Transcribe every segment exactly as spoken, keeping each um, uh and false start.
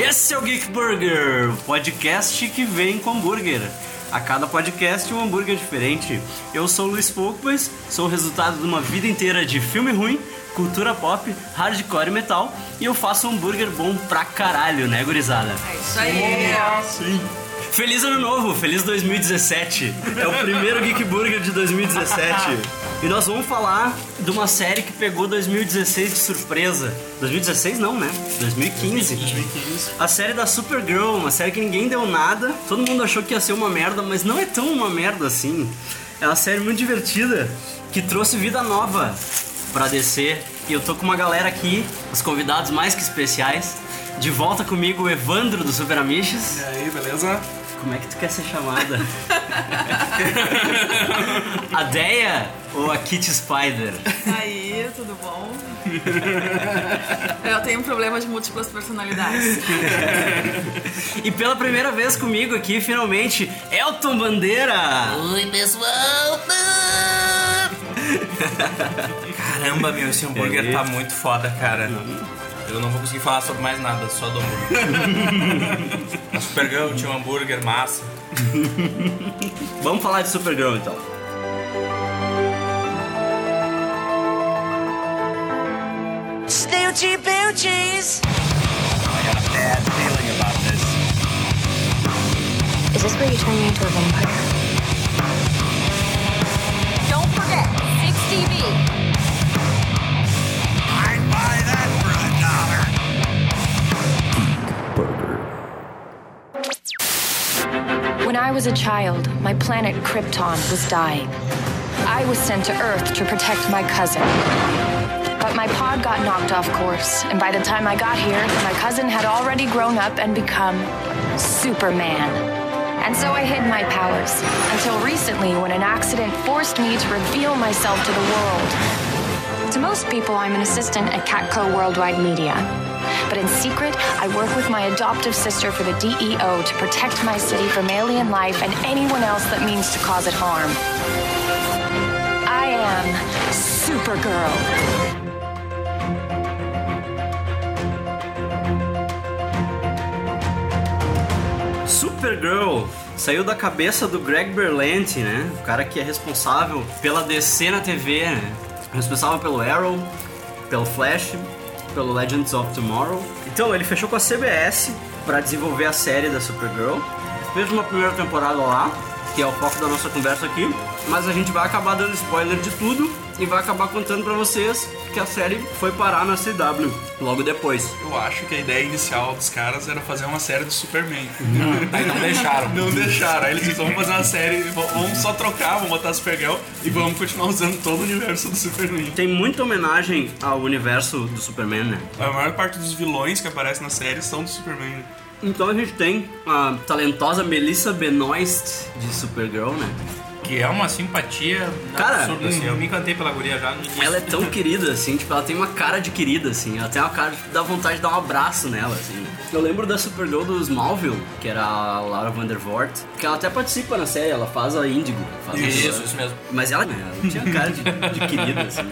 Esse é o Geek Burger, o podcast que vem com hambúrguer. A cada podcast um hambúrguer diferente. Eu sou o Luiz Folkboys, sou o resultado de uma vida inteira de filme ruim, cultura pop, hardcore e metal, e eu faço um hambúrguer bom pra caralho, né, gurizada? É isso aí. Sim. Feliz ano novo, feliz dois mil e dezessete. É o primeiro Geek Burger de dois mil e dezessete. E nós vamos falar de uma série que pegou dois mil e dezesseis de surpresa. dois mil e dezesseis não, né? dois mil e quinze. dois mil e quinze. A série da Supergirl, uma série que ninguém deu nada. Todo mundo achou que ia ser uma merda, mas não é tão uma merda assim. É uma série muito divertida, que trouxe vida nova pra D C. E eu tô com uma galera aqui, os convidados mais que especiais. De volta comigo, o Evandro do Super Amiches. E aí, beleza? Como é que tu quer ser chamada? A Deia ou a Kitty Spider? Aí, tudo bom? Eu tenho um problema de múltiplas personalidades. E pela primeira vez comigo aqui, finalmente, Elton Bandeira! Oi, pessoal! Caramba, meu, esse hambúrguer É. tá muito foda, cara. Eu não vou conseguir falar sobre mais nada, só do hambúrguer. A Supergirl tinha um hambúrguer massa. Vamos falar de Supergirl então. Snoochie boochies. I got a bad feeling about this. Is this where you turn me into a vampire? Don't forget, six T V. I'd buy that for a dollar. When I was a child, my planet Krypton was dying. I was sent to Earth to protect my cousin. But my pod got knocked off course, and by the time I got here, my cousin had already grown up and become Superman. And so I hid my powers, until recently when an accident forced me to reveal myself to the world. To most people, I'm an assistant at Catco Worldwide Media. But in secret, I work with my adoptive sister for the D E O to protect my city from alien life and anyone else that means to cause it harm. I am Supergirl. Supergirl saiu da cabeça do Greg Berlanti, né? O cara que é responsável pela D C na T V, né? Responsável pelo Arrow, pelo Flash, pelo Legends of Tomorrow. Então ele fechou com a C B S para desenvolver a série da Supergirl. Fez uma primeira temporada lá, que é o foco da nossa conversa aqui, mas a gente vai acabar dando spoiler de tudo e vai acabar contando pra vocês que a série foi parar na C W logo depois. Eu acho que a ideia inicial dos caras era fazer uma série do Superman. Aí não deixaram. Não deixaram. Aí eles disseram, vamos fazer uma série, vamos só trocar, vamos botar a Supergirl e vamos continuar usando todo o universo do Superman. Tem muita homenagem ao universo do Superman, né? A maior parte dos vilões que aparecem na série são do Superman, né? Então a gente tem a talentosa Melissa Benoist de Supergirl, né? Que é uma simpatia Cara, absurda, assim. Eu me encantei pela guria já no início. Ela é tão querida, assim, tipo, ela tem uma cara de querida, assim. Ela tem uma cara de dar vontade de dar um abraço nela, assim. Eu lembro da Supergirl do Smallville, que era a Laura Vandervoort, que ela até participa na série, ela faz a Índigo. Faz Isso, a... isso mesmo. Mas ela, ela tinha cara de, de querida, assim.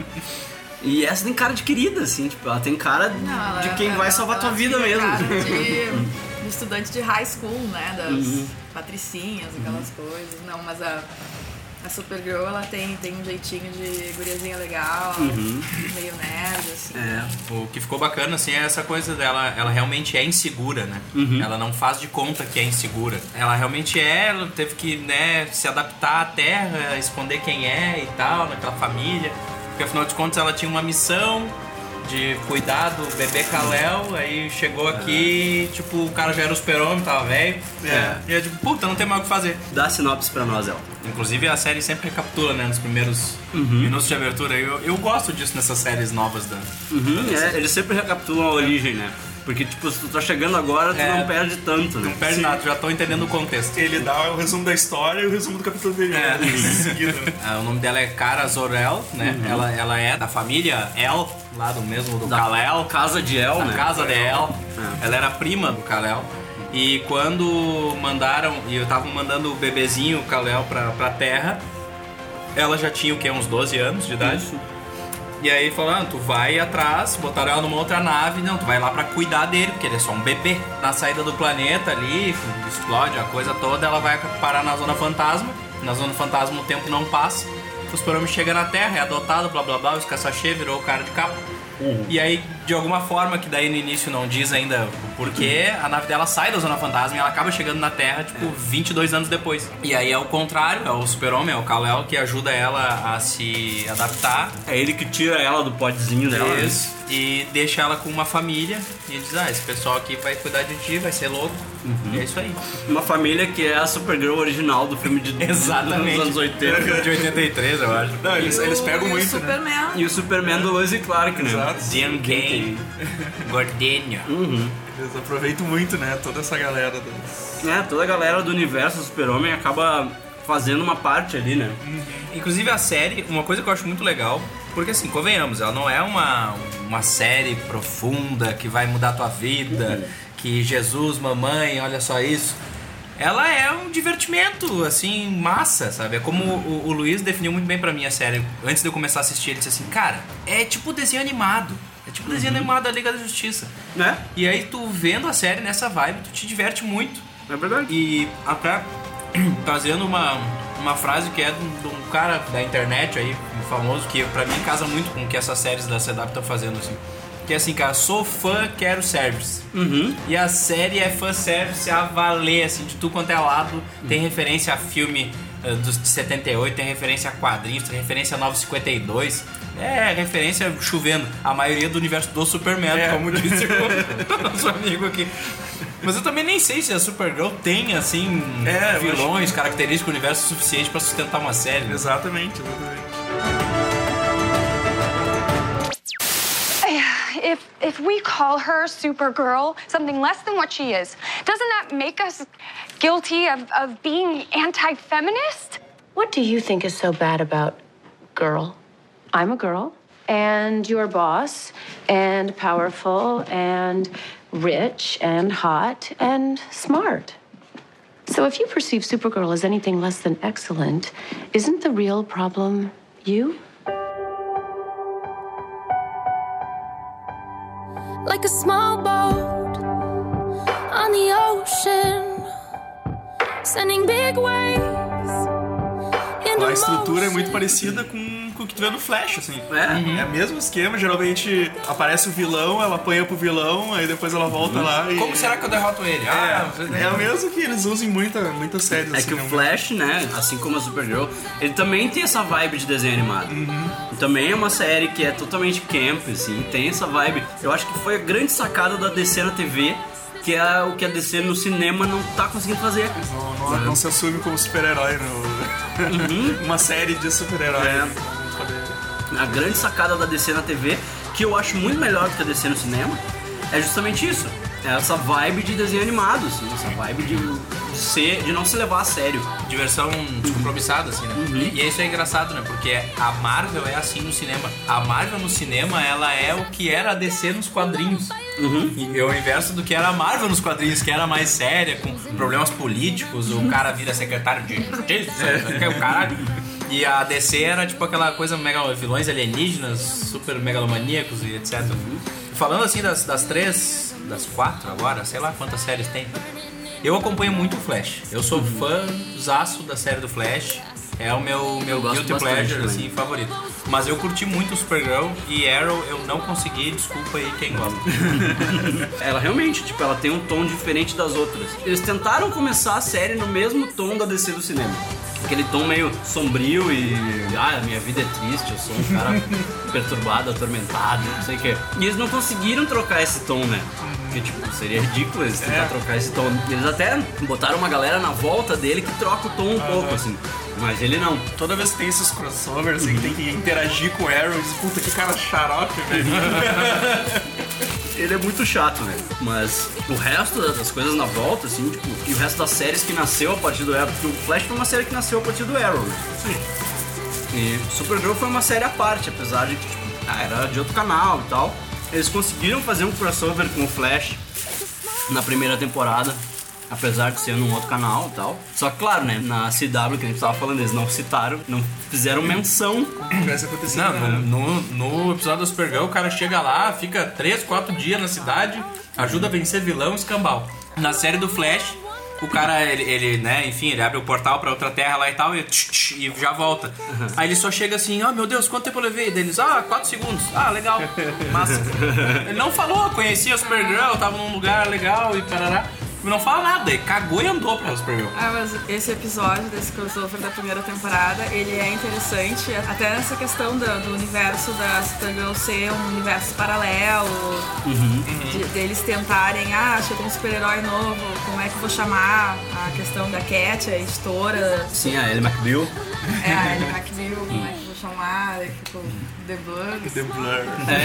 E essa tem cara de querida, assim, tipo, ela tem cara Não, ela- de quem ela- vai salvar ela tua vida tinha mesmo. cara De, de estudante de high school, né? Das Uhum. patricinhas, aquelas coisas. Não, mas a, a Supergirl, ela tem, tem um jeitinho de guriazinha legal, meio nerd, assim. É. O que ficou bacana, assim, é essa coisa dela, ela realmente é insegura, né? Ela não faz de conta que é insegura. Ela realmente é, ela teve que, né, se adaptar à Terra, esconder quem é e tal, naquela família. Porque afinal de contas ela tinha uma missão de cuidar do bebê Kal-El, aí chegou aqui, tipo, o cara já era o super-homem, tava velho. É. E é tipo, puta, não tem mais o que fazer. Dá a sinopse pra nós, Elton. Inclusive a série sempre recapitula, né, nos primeiros minutos de abertura. Eu, eu gosto disso nessas séries novas da... Uhum, é, eles sempre recapitulam a origem, né? Porque, tipo, se tu tá chegando agora, tu É. não perde tanto, né? Não perde nada, já tô entendendo o contexto. Ele dá o resumo da história e o resumo do capítulo dele. É. Em seguida. Ah, o nome dela é Kara Zor-El, né? Ela, ela é da família El, lá do mesmo, do Da Kal-El. Casa de El, Da né? casa de El. É. Ela era prima do Kal-El. E quando mandaram, e eu tava mandando o bebezinho, o Kal-El, pra, pra terra, ela já tinha o quê? Uns doze anos de idade. Isso. E aí falaram, ah, tu vai atrás, botaram ela numa outra nave, não, tu vai lá pra cuidar dele, porque ele é só um bebê. Na saída do planeta ali, explode a coisa toda, ela vai parar na Zona Fantasma. Na Zona Fantasma o tempo não passa. O Super-Homem chega na Terra, é adotado, blá blá blá, o Scassachê virou o cara de capa. Uhum. E aí, de alguma forma, que daí no início não diz ainda o porquê, a nave dela sai da Zona Fantasma e ela acaba chegando na Terra, tipo, é. vinte e dois anos depois. E aí é o contrário, é o Super-Homem, é o Kal-El que ajuda ela a se adaptar. É ele que tira ela do podzinho dela. Isso. Né? E deixa ela com uma família. E ele diz, ah, esse pessoal aqui vai cuidar de ti, vai ser louco. Uhum. E é isso aí. Uma família que é a Supergirl original do filme de Exatamente. dos anos oitenta. De oitenta e três, eu acho. Não, eles, eles pegam e muito, o Superman. né? E o Superman do Lois e Clark, né? Exato. Dean Cain, Gordinho. Uhum. Eles aproveitam muito, né? Toda essa galera. Das... É, toda a galera do universo do Super-Homem acaba fazendo uma parte ali, né? Uhum. Inclusive a série, uma coisa que eu acho muito legal, porque assim, convenhamos, ela não é uma, uma série profunda que vai mudar a tua vida, uhum. que Jesus, mamãe, olha só isso. Ela é um divertimento, assim, massa, sabe? É como o, o Luiz definiu muito bem pra mim a série. Antes de eu começar a assistir, ele disse assim, cara, é tipo desenho animado. É tipo desenho uhum. animado da Liga da Justiça. Né? E aí tu vendo a série nessa vibe, tu te diverte muito. É verdade. E até trazendo uma, uma frase que é de um, de um cara da internet aí, famoso, que pra mim casa muito com o que essas séries da C W estão fazendo, assim. Que é assim, cara, sou fã, quero service. Uhum. E a série é fanservice a valer, assim, de tudo quanto é lado. Uhum. Tem referência a filme uh, dos, de setenta e oito, tem referência a quadrinhos, tem referência a novecentos e cinquenta e dois. É, referência chovendo. A maioria do universo do Superman, é. como disse o nosso amigo aqui. Mas eu também nem sei se a Supergirl tem, assim, é, vilões, que... características do universo suficiente pra sustentar uma série. Né? Exatamente, exatamente. If if we call her Supergirl something less than what she is, doesn't that make us guilty of, of being anti-feminist? What do you think is so bad about girl? I'm a girl, and you're boss, and powerful, and rich, and hot, and smart. So if you perceive Supergirl as anything less than excellent, isn't the real problem you? Like a small boat on the ocean, sending big waves. A estrutura é muito parecida com, com o que tu vê no Flash, assim. É, uhum. é o mesmo esquema, geralmente aparece o vilão, ela apanha pro vilão, aí depois ela volta uhum. lá e... Como será que eu derroto ele? É, ah, é o mesmo que eles usam em muita, muitas séries. É assim, que o Flash, né, assim como a Supergirl, ele também tem essa vibe de desenho animado. Uhum. Também é uma série que é totalmente camp, assim, tem essa vibe. Eu acho que foi a grande sacada da D C na T V, que é o que a D C no cinema não tá conseguindo fazer. Não, não, não se assume como super-herói, no... Uhum. Uma série de super-herói. É. A grande sacada da D C na T V, que eu acho muito melhor do que a D C no cinema, é justamente isso. É essa vibe de desenho animado, assim, essa vibe de, de, ser, de não se levar a sério. Diversão descompromissada, assim, né? Uhum. E, e isso é engraçado, né? Porque a Marvel é assim no cinema. A Marvel no cinema, ela é o que era a D C nos quadrinhos. Uhum. E é o inverso do que era a Marvel nos quadrinhos, que era mais séria, com problemas políticos, o cara vira secretário de justiça, é. o caralho. E a D C era tipo aquela coisa, megalo, vilões alienígenas, super megalomaníacos e etcétera. Uhum. Falando assim das, das três, das quatro agora, sei lá quantas séries tem. Eu acompanho muito o Flash. Eu sou uhum. fãzaço da série do Flash. É o meu, meu guilty pleasure, assim, favorito. Mas eu curti muito o Supergirl e Arrow eu não consegui, desculpa aí quem gosta. Ela realmente, tipo, ela tem um tom diferente das outras. Eles tentaram começar a série no mesmo tom da D C do cinema. Aquele tom meio sombrio e... Ah, minha vida é triste, eu sou um cara perturbado, atormentado, não sei o quê. E eles não conseguiram trocar esse tom, né? Porque, tipo, seria ridículo eles tentar é. trocar esse tom. Eles até botaram uma galera na volta dele que troca o tom um ah, pouco, assim. Mas ele não. Toda vez que tem esses crossovers, assim, que tem que interagir com o Arrow, diz, puta, que cara xarope, velho. Ele é muito chato, né? Mas o resto das coisas na volta, assim, tipo, e o resto das séries que nasceu a partir do Arrow, porque o Flash foi uma série que nasceu a partir do Arrow, né? Sim. E Supergirl foi uma série à parte, apesar de que, tipo, ah, era de outro canal e tal. Eles conseguiram fazer um crossover com o Flash na primeira temporada. apesar de ser num outro canal e tal. Só que, claro, né, na C W, que a gente tava falando, eles não citaram, não fizeram menção. Não, no, no episódio da Supergirl, o cara chega lá, fica três, quatro dias na cidade, ajuda a vencer vilão, escambau. Na série do Flash, o cara, ele, ele, né, enfim, ele abre o portal pra outra terra lá e tal e, tch, tch, e já volta. Uhum. Aí ele só chega assim, ah, oh, meu Deus, quanto tempo eu levei? Deles, ah, quatro segundos. Ah, legal, massa. Ele não falou, conhecia a Supergirl, tava num lugar legal e parará. Não fala nada, ele cagou e andou pra Supergirl. Ah, mas esse episódio desse crossover da primeira temporada, ele é interessante, até nessa questão do, do universo da Supergirl ser um universo paralelo, uhum. de, deles tentarem, ah, chegou um super-herói novo, como é que eu vou chamar? A questão da Cat, a editora. Sim, a Ellie McBeal. É, a Ellie McBeal, como é que eu vou chamar? Tipo, The Blur. The Blur. É,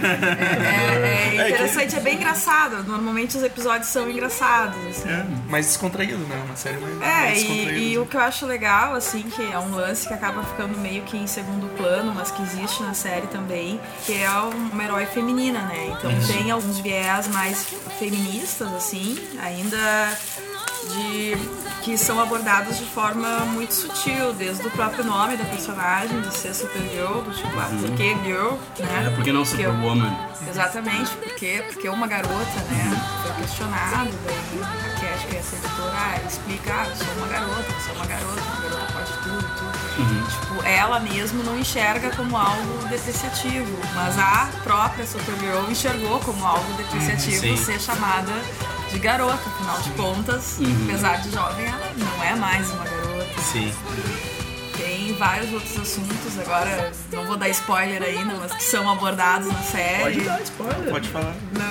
é, é interessante, é bem engraçado. Normalmente os episódios são engraçados. Assim. É, mais descontraído, né? Uma série mais, é, mais descontraída. E, e o que eu acho legal, assim, que é um lance que acaba ficando meio que em segundo plano, mas que existe na série também, que é uma herói feminina, né? Então uhum. tem alguns viés mais feministas, assim, ainda de que são abordados de forma muito sutil, desde o próprio nome da personagem, de ser Supergirl, do tipo, ah, por que girl, né? É, por que não Superwoman? Exatamente, porque, porque uma garota, né, foi questionado, daí a Cat, que é essa editora, ah, explica, ah, eu sou uma garota, eu sou uma garota, uma garota pode tudo, tudo. Uhum. Tipo, ela mesmo não enxerga como algo depreciativo, mas a própria Supergirl enxergou como algo depreciativo uhum, ser chamada de garota, afinal de contas, uhum. apesar de jovem, ela não é mais uma garota. Sim. Tem vários outros assuntos, agora não vou dar spoiler ainda, mas que são abordados na série. Pode dar spoiler. Pode falar. Não,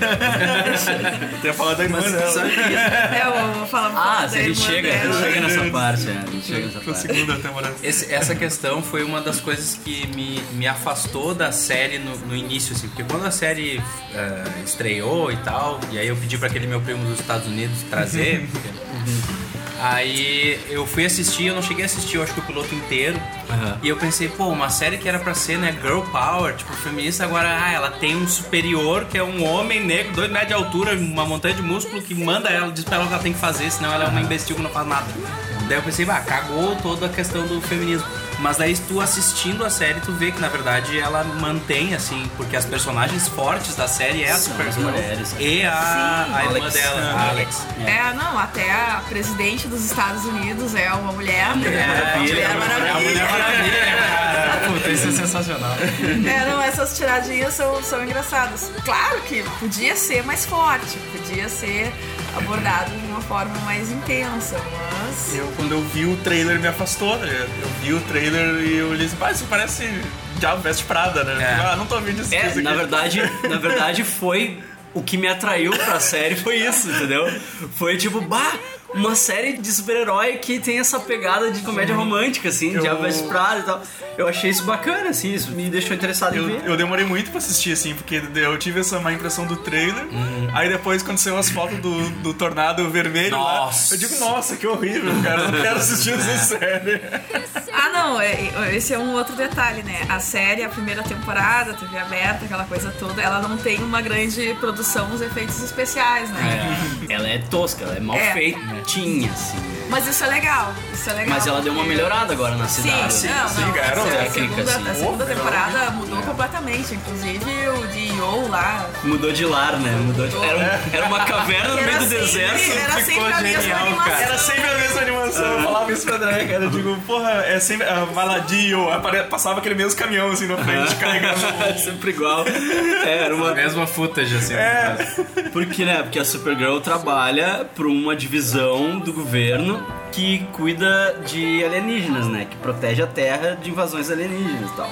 não. Eu tenho falado da irmã dela. É, eu vou falar Ah, se a gente chega, chega nessa parte, é. A gente chega nessa parte. Segunda temporada. Esse, essa questão foi uma das coisas que me, me afastou da série no, no início, assim, porque quando a série uh, estreou e tal, e aí eu pedi pra aquele meu primo dos Estados Unidos trazer. Porque... Aí eu fui assistir, eu não cheguei a assistir, eu acho que o piloto inteiro. Uhum. E eu pensei, pô, uma série que era pra ser, né, girl power, tipo, feminista, agora, ah, ela tem um superior que é um homem negro, dois metros de altura, uma montanha de músculo que manda ela, diz pra ela o que ela tem que fazer, senão ela é uma imbecil que não faz nada. Daí eu pensei, bah, cagou toda a questão do feminismo. Mas daí tu assistindo a série, tu vê que na verdade ela mantém, assim, porque as personagens fortes da série é a Supergirl e a, a irmã dela, a Alex. É. é, não, até a presidente dos Estados Unidos é uma mulher, né? É, a Mulher Maravilha. A Mulher Maravilha. Puta, isso é sensacional. É, não, essas tiradinhas são, são engraçadas. Claro que podia ser mais forte, podia ser abordado de uma forma mais intensa, mas... Eu, quando eu vi o trailer, me afastou, né? Eu vi o trailer e eu disse, pá, isso parece Diabo Veste Prada, né? É. Ah, não tô vendo isso é, aqui. Na verdade, na verdade foi... O que me atraiu pra série foi isso, entendeu? Foi tipo, bah, uma série de super-herói que tem essa pegada de comédia romântica, assim, eu... Diabo Veste Prada e tal. Eu achei isso bacana, assim, isso me deixou interessado eu, em ver. Eu demorei muito pra assistir, assim, porque eu tive essa má impressão do trailer. Uhum. Aí depois, quando saiu as fotos do, do tornado vermelho nossa. lá, eu digo, nossa, que horrível, cara, eu não quero assistir essa série. Ah, não, esse é um outro detalhe, né? A série, a primeira temporada, T V aberta, aquela coisa toda, ela não tem uma grande produção nos efeitos especiais, né? É, ela é tosca, ela é mal é. feita, tinha, assim. Mas isso é legal, isso é legal. Mas ela deu uma melhorada agora na cidade. Sim, não, sim, não, garoto. A segunda, assim. a segunda temporada mudou completamente, inclusive o de Yo lá. Mudou de lar, né? Mudou de... era, um, era uma caverna no meio do sempre, deserto. Era ficou sempre a mesma genial, animação. Cara. Era sempre a mesma animação. Eu falava isso pra André, cara. Eu digo, porra, é sempre. Uh, vai lá, Dio. Passava aquele mesmo caminhão assim na frente, carregando. Sempre igual. É, era uma. A mesma footage, assim. É. Porque, né? Porque a Supergirl trabalha pra uma divisão do governo que cuida de alienígenas, né? Que protege a Terra de invasões alienígenas e tal.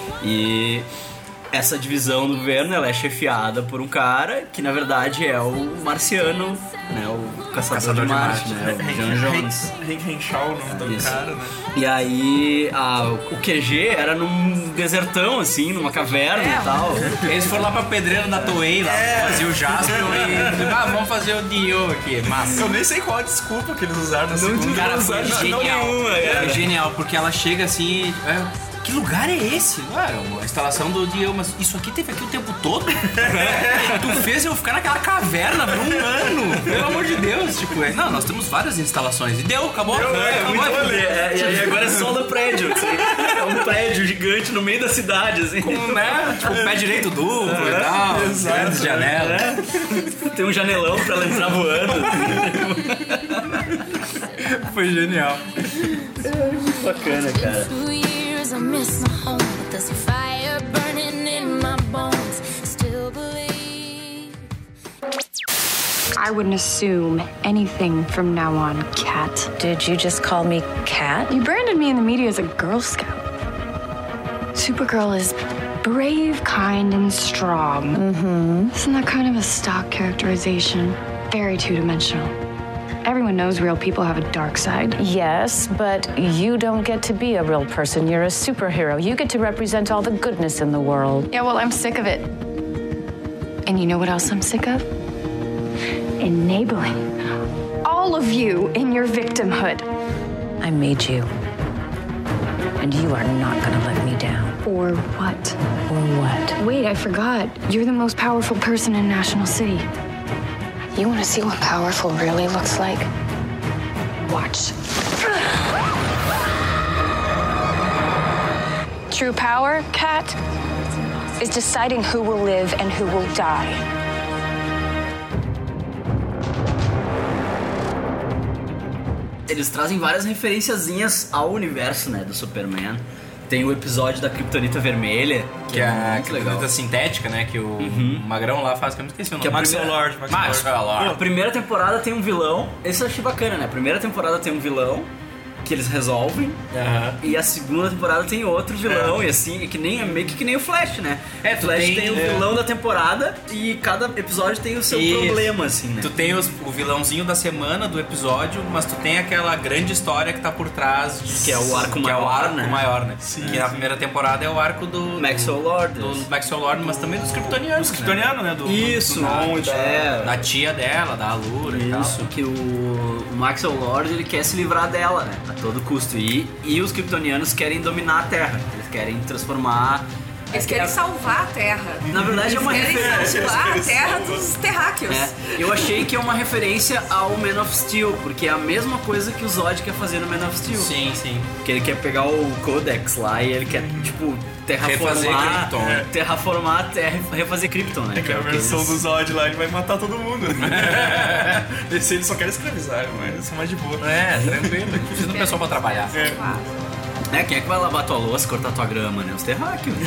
E essa divisão do governo, ela é chefiada por um cara que, na verdade, é o marciano, né? O caçador, caçador de, de Marte, né? O John Jones. Hank Henshaw, o nome do cara, né? E aí, a, o Q G era num desertão, assim, numa caverna é, e tal. Eles foram lá pra pedreira da Toei, lá, é. fazer o Jasper e... Ah, vamos fazer o Dio aqui, massa. Eu nem sei qual a desculpa que eles usaram na segunda. Cara, foi genial. Não, nenhuma, é. Foi genial, porque ela chega assim... É, que lugar é esse? Ah, é uma instalação do dia, mas isso aqui teve aqui o tempo todo? Tu fez eu ficar naquela caverna por um ano, pelo amor de Deus. Tipo, é, não, nós temos várias instalações. E deu, acabou. Deu, é, acabou, muito acabou. é, e aí agora é só no prédio, assim. É um prédio gigante no meio da cidade, assim. Com, né? Tipo, pé direito duplo é, e tal, exato, grandes janelas. É. Tem um janelão pra ela entrar voando. Foi genial. É muito bacana, cara. I miss my home, but there's a fire burning in my bones. Still believe. I wouldn't assume anything from now on, Cat. Did you just call me Cat? You branded me in the media as a Girl Scout. Supergirl is brave, kind, and strong. Mm-hmm. Isn't that kind of a stock characterization? Very two-dimensional. Everyone knows real people have a dark side. Yes, but you don't get to be a real person. You're a superhero. You get to represent all the goodness in the world. Yeah, well, I'm sick of it. And you know what else I'm sick of? Enabling all of you in your victimhood. I made you. And you are not gonna let me down. Or what? Or what? Wait, I forgot. You're the most powerful person in National City. You want to see what powerful really looks like? Watch. True power, Cat, is deciding who will live and who will die. Eles trazem várias referenciazinhas ao universo, né, do Superman. Tem o episódio da Kryptonita Vermelha, que, que é, é a Kryptonita sintética, né? Que o uhum. Magrão lá faz, que eu não esqueci o nome. Que a Maxwell primeira... Lord. Maxwell Maxwell Lord. Lord. A primeira temporada tem um vilão. Esse eu achei bacana, né? A primeira temporada tem um vilão que eles resolvem. Uhum. E a segunda temporada tem outro vilão. É. E assim, é que nem, é meio que, que nem o Flash, né? É, o Flash tem, tem o é. vilão da temporada e cada episódio tem o seu Isso. problema, assim, né? Tu tem os, o vilãozinho da semana do episódio, mas tu tem aquela grande história que tá por trás de, que é o arco que maior, é o arco né? maior, né? Sim, que sim. na primeira temporada é o arco do Maxwell Lord. Do, do Maxwell Lord, mas também dos kryptonianos. Dos kryptonianos, né? Do, Isso, do Non e da... é. Da tia dela, da Allura e tal. Isso, que o, o Maxwell Lord, ele quer se livrar dela, né? A todo custo. E, e os kryptonianos querem dominar a Terra. Eles querem transformar... Eles querem salvar a Terra. Na verdade é uma Eles querem referência. salvar a Terra dos terráqueos. É, eu achei que é uma referência ao Man of Steel, porque é a mesma coisa que o Zod quer fazer no Man of Steel. Sim, sim. Que ele quer pegar o Codex lá e ele quer, tipo, terraformar... Refazer Krypton, né? Terraformar a Terra e refazer Krypton, né? É que a o que versão eles- do Zod lá, ele vai matar todo mundo. Esse ele só quer escravizar, mas eles são mais de boa. É, tranquilo. Precisa do pessoal pra trabalhar. É. É, quem é que vai lavar tua louça, cortar tua grama, né? Os terráqueos.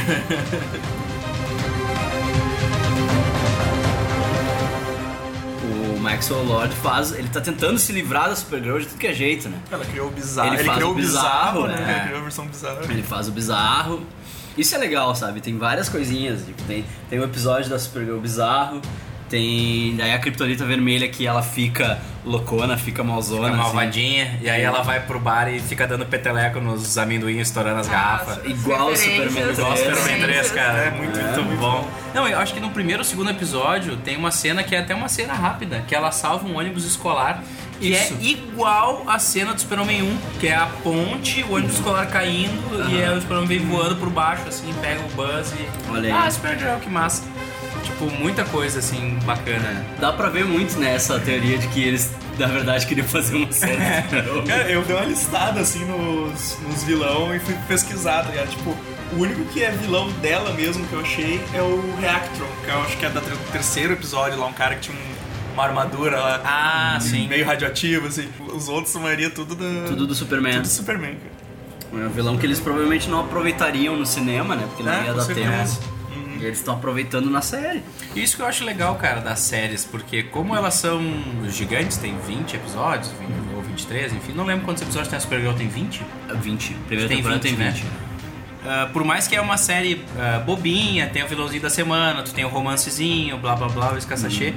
O Maxwell Lord faz... Ele tá tentando se livrar da Supergirl de tudo que é jeito, né? Ela criou o bizarro. Ele Ele, faz criou o o bizarro, bizarro, né? né? Ele criou a versão bizarra. Ele faz o bizarro. Isso é legal, sabe? Tem várias coisinhas. Tipo, tem, tem um episódio da Supergirl bizarro. Tem daí a Kryptonita Vermelha que ela fica loucona, fica malzona. Fica assim. malvadinha, e aí ela vai pro bar e fica dando peteleco nos amendoim, estourando as garrafas. Igual o Superman Igual o Superman três, cara. É muito, muito, muito muito bom. Não, eu acho que no primeiro ou segundo episódio tem uma cena que é até uma cena rápida, que ela salva um ônibus escolar, que Isso. é igual a cena do Super-Homem um, que é a ponte, o ônibus escolar caindo, Uhum. e aí o Super-Homem vem voando por baixo, assim, pega o Buzz e... Olha aí. Ah, Supergirl, que massa. Tipo, muita coisa, assim, bacana. Dá pra ver muito nessa teoria de que eles, na verdade, queriam fazer uma série. Cara, eu dei uma listada assim nos, nos vilão e fui pesquisar, tá ligado? Tipo, o único que é vilão dela mesmo que eu achei é o Reactron, que eu acho que é do terceiro episódio lá, um cara que tinha um, uma armadura lá. Ah, um, sim. Meio radioativo, assim. Os outros, a maioria, tudo da. Tudo do Superman. Tudo do Superman, cara. É um vilão que eles provavelmente não aproveitariam no cinema, né? Porque não É, ia com dar certeza. tempo. E eles estão aproveitando na série. Isso que eu acho legal, cara, das séries, porque como elas são gigantes, tem vinte episódios, vinte, ou vinte e três, enfim, não lembro quantos episódios tem a Supergirl, tem vinte? vinte. Primeira Tem temporada vinte, tem né? vinte. Uh, por mais que é uma série uh, bobinha, tem o vilãozinho da semana, tu tem o romancezinho, blá blá blá, o escassachê,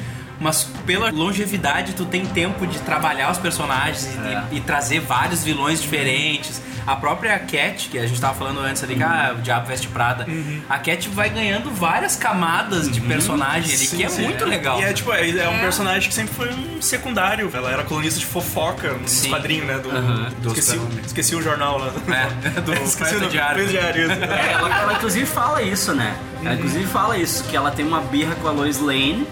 mas pela longevidade tu tem tempo de trabalhar os personagens e, É. e, e trazer vários vilões diferentes. A própria Cat, que a gente tava falando antes ali, que ah, o Diabo Veste Prada, a Cat vai ganhando várias camadas de personagem ali, Sim, que é sim, muito é. legal. E é tipo, é, é um personagem que sempre foi um secundário. Ela era colunista de fofoca nos Sim. quadrinhos, né? Do, Aham. Do esqueci, Super-Homem. esqueci o jornal lá. É, do esqueci Planeta o nome. Diário. Planeta Diário. É, ela, ela inclusive fala isso, né? Ela inclusive fala isso, que ela tem uma birra com a Lois Lane,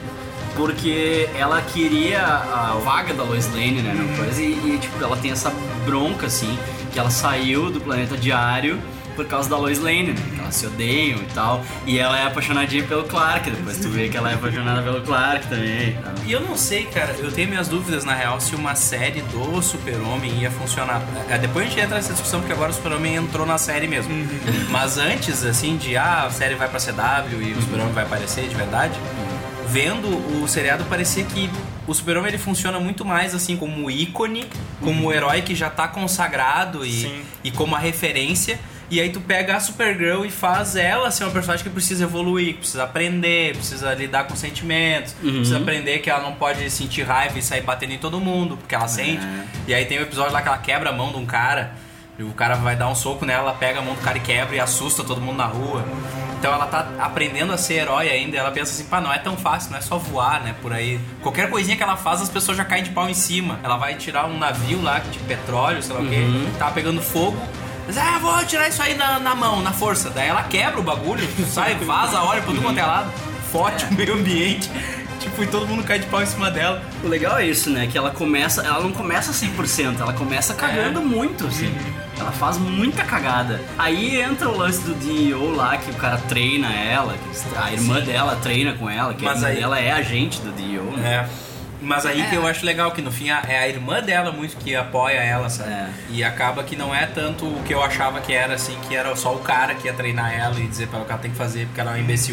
porque ela queria a vaga da Lois Lane, né? Uma coisa, e, e, tipo, ela tem essa bronca, assim, que ela saiu do Planeta Diário por causa da Lois Lane, né? Que elas se odeiam e tal. E ela é apaixonadinha pelo Clark, depois tu vê que ela é apaixonada pelo Clark também. Tá? E eu não sei, cara, eu tenho minhas dúvidas na real se uma série do Super-Homem ia funcionar. É, depois a gente entra nessa discussão porque agora o Super-Homem entrou na série mesmo. Mas antes, assim, de ah, a série vai pra C W e o Super-Homem vai aparecer de verdade, vendo o seriado parecia que o Super-Homem ele funciona muito mais assim como ícone, como o herói que já tá consagrado e, e como a referência. E aí tu pega a Supergirl e faz ela ser uma personagem que precisa evoluir, que precisa aprender, precisa lidar com sentimentos, Uhum. precisa aprender que ela não pode sentir raiva e sair batendo em todo mundo, porque ela sente. E aí tem um episódio lá que ela quebra a mão de um cara, e o cara vai dar um soco nela, ela pega a mão do cara e quebra e assusta todo mundo na rua. Então ela tá aprendendo a ser herói ainda, ela pensa assim, pá, não é tão fácil, não é só voar, né, por aí. Qualquer coisinha que ela faz, as pessoas já caem de pau em cima. Ela vai tirar um navio lá de petróleo, sei lá o quê, tava pegando fogo. Mas, ah, vou tirar isso aí na, na mão, na força. Daí ela quebra o bagulho, sai, vaza, olha pra tudo quanto é lado, forte o meio ambiente. Tipo, e todo mundo cai de pau em cima dela. O legal é isso, né? Que ela começa, ela não começa cem por cento, ela começa cagando É. muito, assim. Ela faz muita cagada. Aí entra o lance do D E O lá, que o cara treina ela, que a irmã Sim. dela treina com ela, que Mas a irmã aí- dela é agente do D E O, né? É. Mas aí que eu acho legal, que no fim a- é a irmã dela muito que apoia ela, sabe? É. E acaba que não é tanto o que eu achava que era, assim, que era só o cara que ia treinar ela e dizer pra ela o que ela tem que fazer porque ela é um imbecil.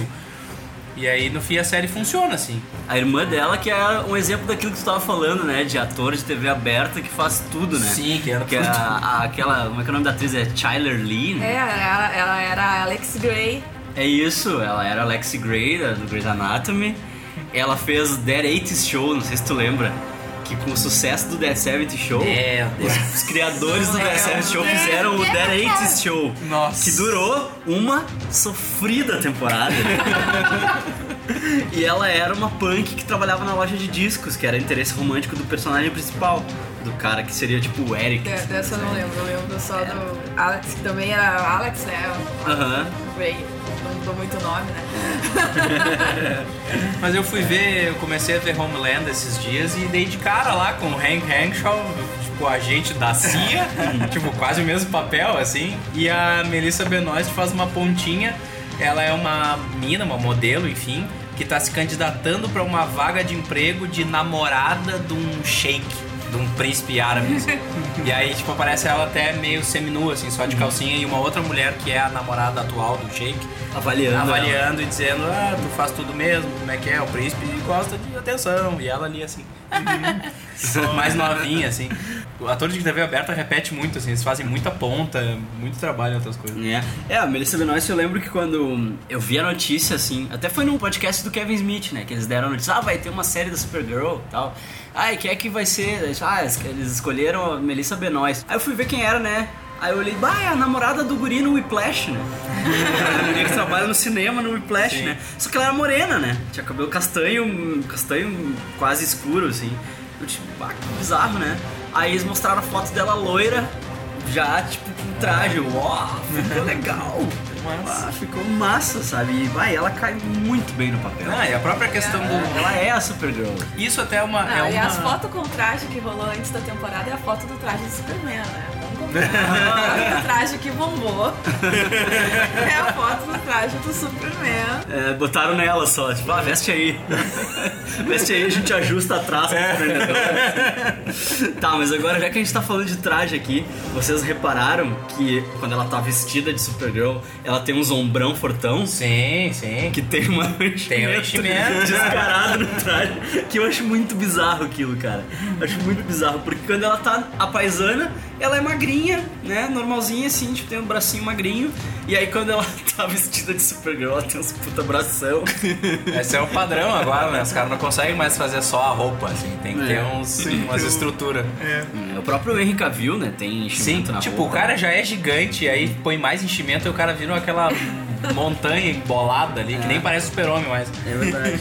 E aí no fim a série funciona, assim. A irmã dela que é um exemplo daquilo que tu tava falando, né? De ator de T V aberta que faz tudo, né? Sim, que era Que é tudo. a, a- aquela, como é que é o nome da atriz? É Tyler Lee, né? É, ela, ela era a Alex Grey. É isso, ela era a Lexi Grey, da- do Grey's Anatomy. Ela fez o Dead eighties Show, não sei se tu lembra. Que com o sucesso do Dead seventies Show, Meu Deus. os, os criadores do Dead seventies Show fizeram o Dead eighties Show. Nossa. Que durou uma sofrida temporada. E ela era uma punk que trabalhava na loja de discos, que era interesse romântico do personagem principal. Do cara que seria tipo o Eric. De- Dessa eu não lembro, eu lembro só do Alex, que também era Alex, né? Aham. Grey. Não dou muito nome, né? Mas eu fui ver, eu comecei a ver Homeland esses dias e dei de cara lá com o Hank Henshaw, tipo, o agente da C I A, tipo, quase o mesmo papel, assim. E a Melissa Benoist faz uma pontinha, ela é uma mina, uma modelo, enfim, que tá se candidatando pra uma vaga de emprego de namorada de um sheik, de um príncipe árabe, assim. E aí, tipo, aparece ela até meio seminua, assim, só de calcinha, e uma outra mulher que é a namorada atual do sheik, Avaliando. avaliando e dizendo, ah, tu faz tudo mesmo, como é que é, o príncipe gosta de atenção, e ela ali assim, mais novinha, assim. O ator de T V aberta repete muito, assim, eles fazem muita ponta, muito trabalho em outras coisas. É, é, a Melissa Benoist, eu lembro que quando eu vi a notícia, assim, até foi num podcast do Kevin Smith, né, que eles deram a notícia, ah, vai ter uma série da Supergirl e tal. Ah, e quem é que vai ser? Ah, eles escolheram a Melissa Benoist. Aí eu fui ver quem era, né, aí eu olhei, bah, é a namorada do guri no Whiplash, né. A mulher que trabalha no cinema no Whiplash, Sim. né. Só que ela era morena, né, tinha cabelo castanho, castanho quase escuro, assim. Eu tipo, ah, que bizarro, né. Aí eles mostraram a foto dela loira, já, tipo, com traje. Uau, ficou legal. Ah, ficou massa, sabe? E vai, ela cai muito bem no papel. Ah, e a própria questão do... Ela é a Supergirl. Isso até é uma... Não, é e uma... as fotos com traje que rolou antes da temporada é a foto do traje do Superman, né? Vamos comparar. O traje que bombou é a foto do traje do Superman. É, botaram nela só, tipo, ah, veste aí. Veste aí, a gente ajusta atrás. Tá, mas agora já que a gente tá falando de traje aqui, vocês repararam que quando ela tá vestida de Supergirl, ela tem um ombrão fortão? Sim, sim. Que tem uma enchimento, Tem um enchimento. descarado no traje. Que eu acho muito bizarro aquilo, cara. Eu acho muito bizarro, porque quando ela tá a paisana, ela é magrinha. magrinha, né? Normalzinha assim, tipo, tem um bracinho magrinho. E aí quando ela tá vestida de Supergirl, ela tem uns puta bração. Esse é o padrão agora, né? Os caras não conseguem mais fazer só a roupa, assim. Tem que é. ter uns, Sim, umas eu... estruturas. É. O próprio Henry Cavill, né? Tem enchimento Sim, na tipo, roupa. O cara já é gigante, e aí põe mais enchimento e o cara vira aquela montanha embolada ali, é. que nem parece Super-Homem mais. É verdade.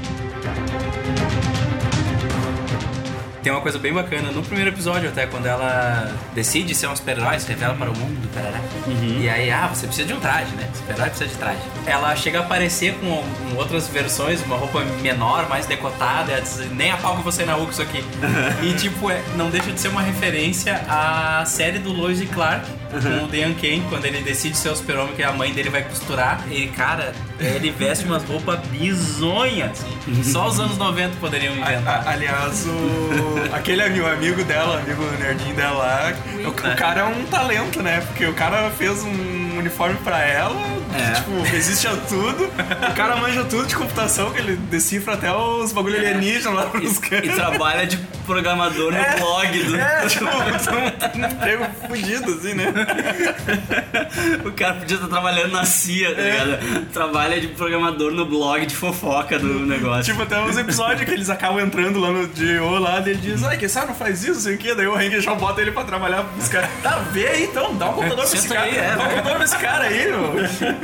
Tem uma coisa bem bacana no primeiro episódio, até quando ela decide ser um super-herói, se revela para o mundo, tarará. Uhum. E aí, ah, você precisa de um traje, né? Super-herói precisa de traje. Ela chega a aparecer com, com outras versões, uma roupa menor, mais decotada, ela diz, nem a pau que você na rua com isso aqui. E tipo, é, não deixa de ser uma referência à série do Lois e Clark, uhum. com o Dean Cain, quando ele decide ser o super-homem que a mãe dele vai costurar. E, cara, ele veste umas roupas bizonhas, assim. Só os anos noventa poderiam inventar. A, a, aliás, o... aquele amigo, amigo dela, amigo nerdinho dela lá, o, o cara é um talento, né? Porque o cara fez um uniforme pra ela, é. que, tipo, resiste a tudo. O cara manja tudo de computação, que ele decifra até os bagulho é. alienígenas lá pros caras. E trabalha de programador no é. blog do... É, tipo, um emprego fudido, assim, né? O cara podia estar trabalhando na C I A, tá ligado? É. Trabalha de programador no blog de fofoca do negócio. Tipo, até uns episódios que eles acabam entrando lá no G O lá, ele diz, ai, quem sabe não faz isso, sei o que, daí o Hank já bota ele pra trabalhar pros caras. Tá, vê aí então, dá um computador pra esse cara aí, é, dá um computador pra esse cara aí, meu.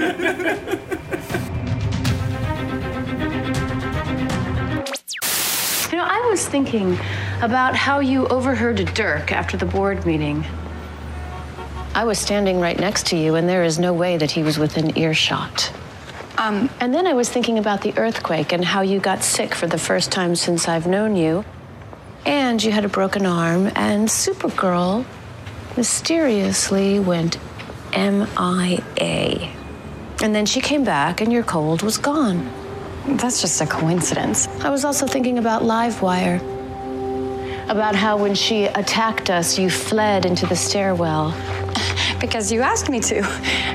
You know, I was thinking about how you overheard Dirk after the board meeting. I was standing right next to you, and there is no way that he was within earshot. Um, and then I was thinking about the earthquake and how you got sick for the first time since I've known you. And you had a broken arm, and Supergirl mysteriously went M I A. And then she came back, and your cold was gone. That's just a coincidence. I was also thinking about Livewire. About how when she attacked us, you fled into the stairwell. Because you asked me to.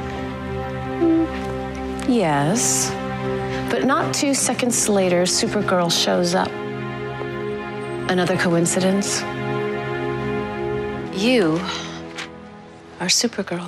Yes. But not two seconds later, Supergirl shows up. Another coincidence? You are Supergirl.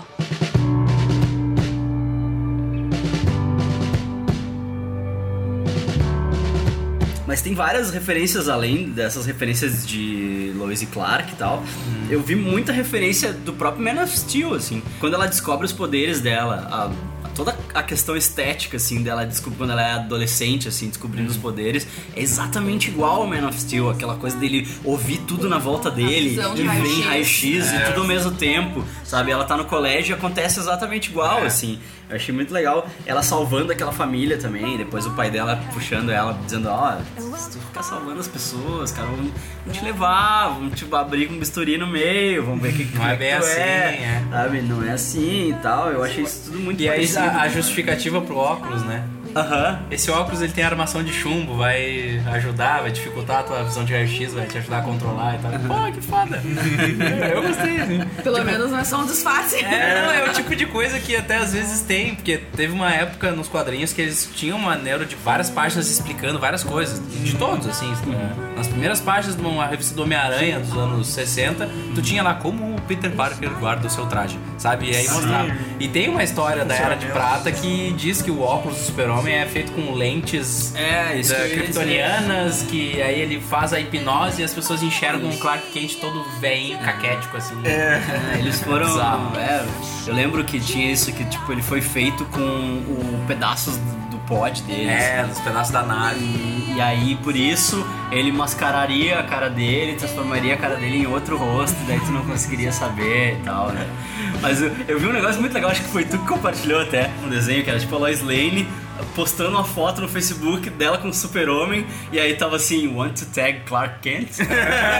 Mas tem várias referências além dessas referências de Lois e Clark e tal. Hum. Eu vi muita referência do próprio Man of Steel, assim. Quando ela descobre os poderes dela, a... toda a questão estética, assim, dela descobrindo, quando ela é adolescente, assim, descobrindo hum. os poderes, é exatamente igual ao Man of Steel. Aquela coisa dele ouvir tudo na volta dele, e ver raio-x e tudo ao mesmo tempo, sabe? Ela tá no colégio e acontece exatamente igual, é. assim. Eu achei muito legal ela salvando aquela família também, depois o pai dela puxando ela, dizendo, ó, oh, se tu ficar salvando as pessoas, cara, vão, vão te levar, vão te abrir com um bisturi no meio, vão ver o que, que, não é bem que tu assim, é, é, sabe? Não é assim e tal, eu achei isso tudo muito e parecido. E aí a justificativa pro óculos, né? Aham. Uhum. Esse óculos ele tem armação de chumbo, vai ajudar, vai dificultar a tua visão de raio-x, vai te ajudar a controlar e tal. Uhum. Pô, que foda! Eu gostei, assim. Pelo tipo, menos não é só um disfarce. É, não, é o tipo de coisa que até às vezes tem, porque teve uma época nos quadrinhos que eles tinham uma neuro de várias páginas explicando várias coisas, de todos, assim. Uhum. Nas primeiras páginas de uma revista do Homem-Aranha dos anos sessenta, tu tinha lá como o Peter Parker guarda o seu traje, sabe? E aí mostrava. E tem uma história da Era de Prata que diz que o óculos do Super-Homem é feito com lentes é, isso da, kryptonianas, que aí ele faz a hipnose e as pessoas enxergam um Clark Kent todo velhinho, caquético, assim. É, é eles foram... É, eu lembro que tinha isso, que tipo, ele foi feito com o pedaços do pod deles. É, os pedaços da nave. E, e aí, por isso, ele mascararia a cara dele, transformaria a cara dele em outro rosto, daí tu não conseguiria saber e tal, né? Mas eu, eu vi um negócio muito legal, acho que foi tu que compartilhou até um desenho, que era tipo a Lois Lane postando uma foto no Facebook dela com o Super-Homem, e aí tava assim, want to tag Clark Kent? Tipo,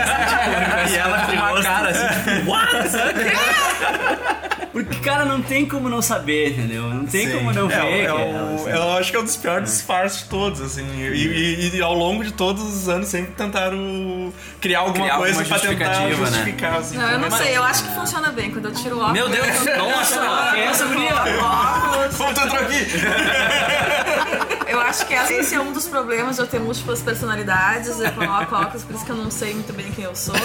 e ela com uma cara assim, tipo, what? Porque, cara, não tem como não saber, entendeu? Não tem Sim. como não é, ver. É, que o, é, assim. Eu acho que é um dos piores disfarces de todos, assim. E, e, e ao longo de todos os anos sempre tentaram criar alguma criar coisa pra tentar justificar. Né? Assim, não, eu não sei, eu acho que funciona bem quando eu tiro o óculos. Meu Deus! Nossa, quem é essa guria? Como tu entrou aqui? Eu Eu acho que esse é um dos problemas de eu ter múltiplas personalidades. Eu coloco óculos, por isso que eu não sei muito bem quem eu sou.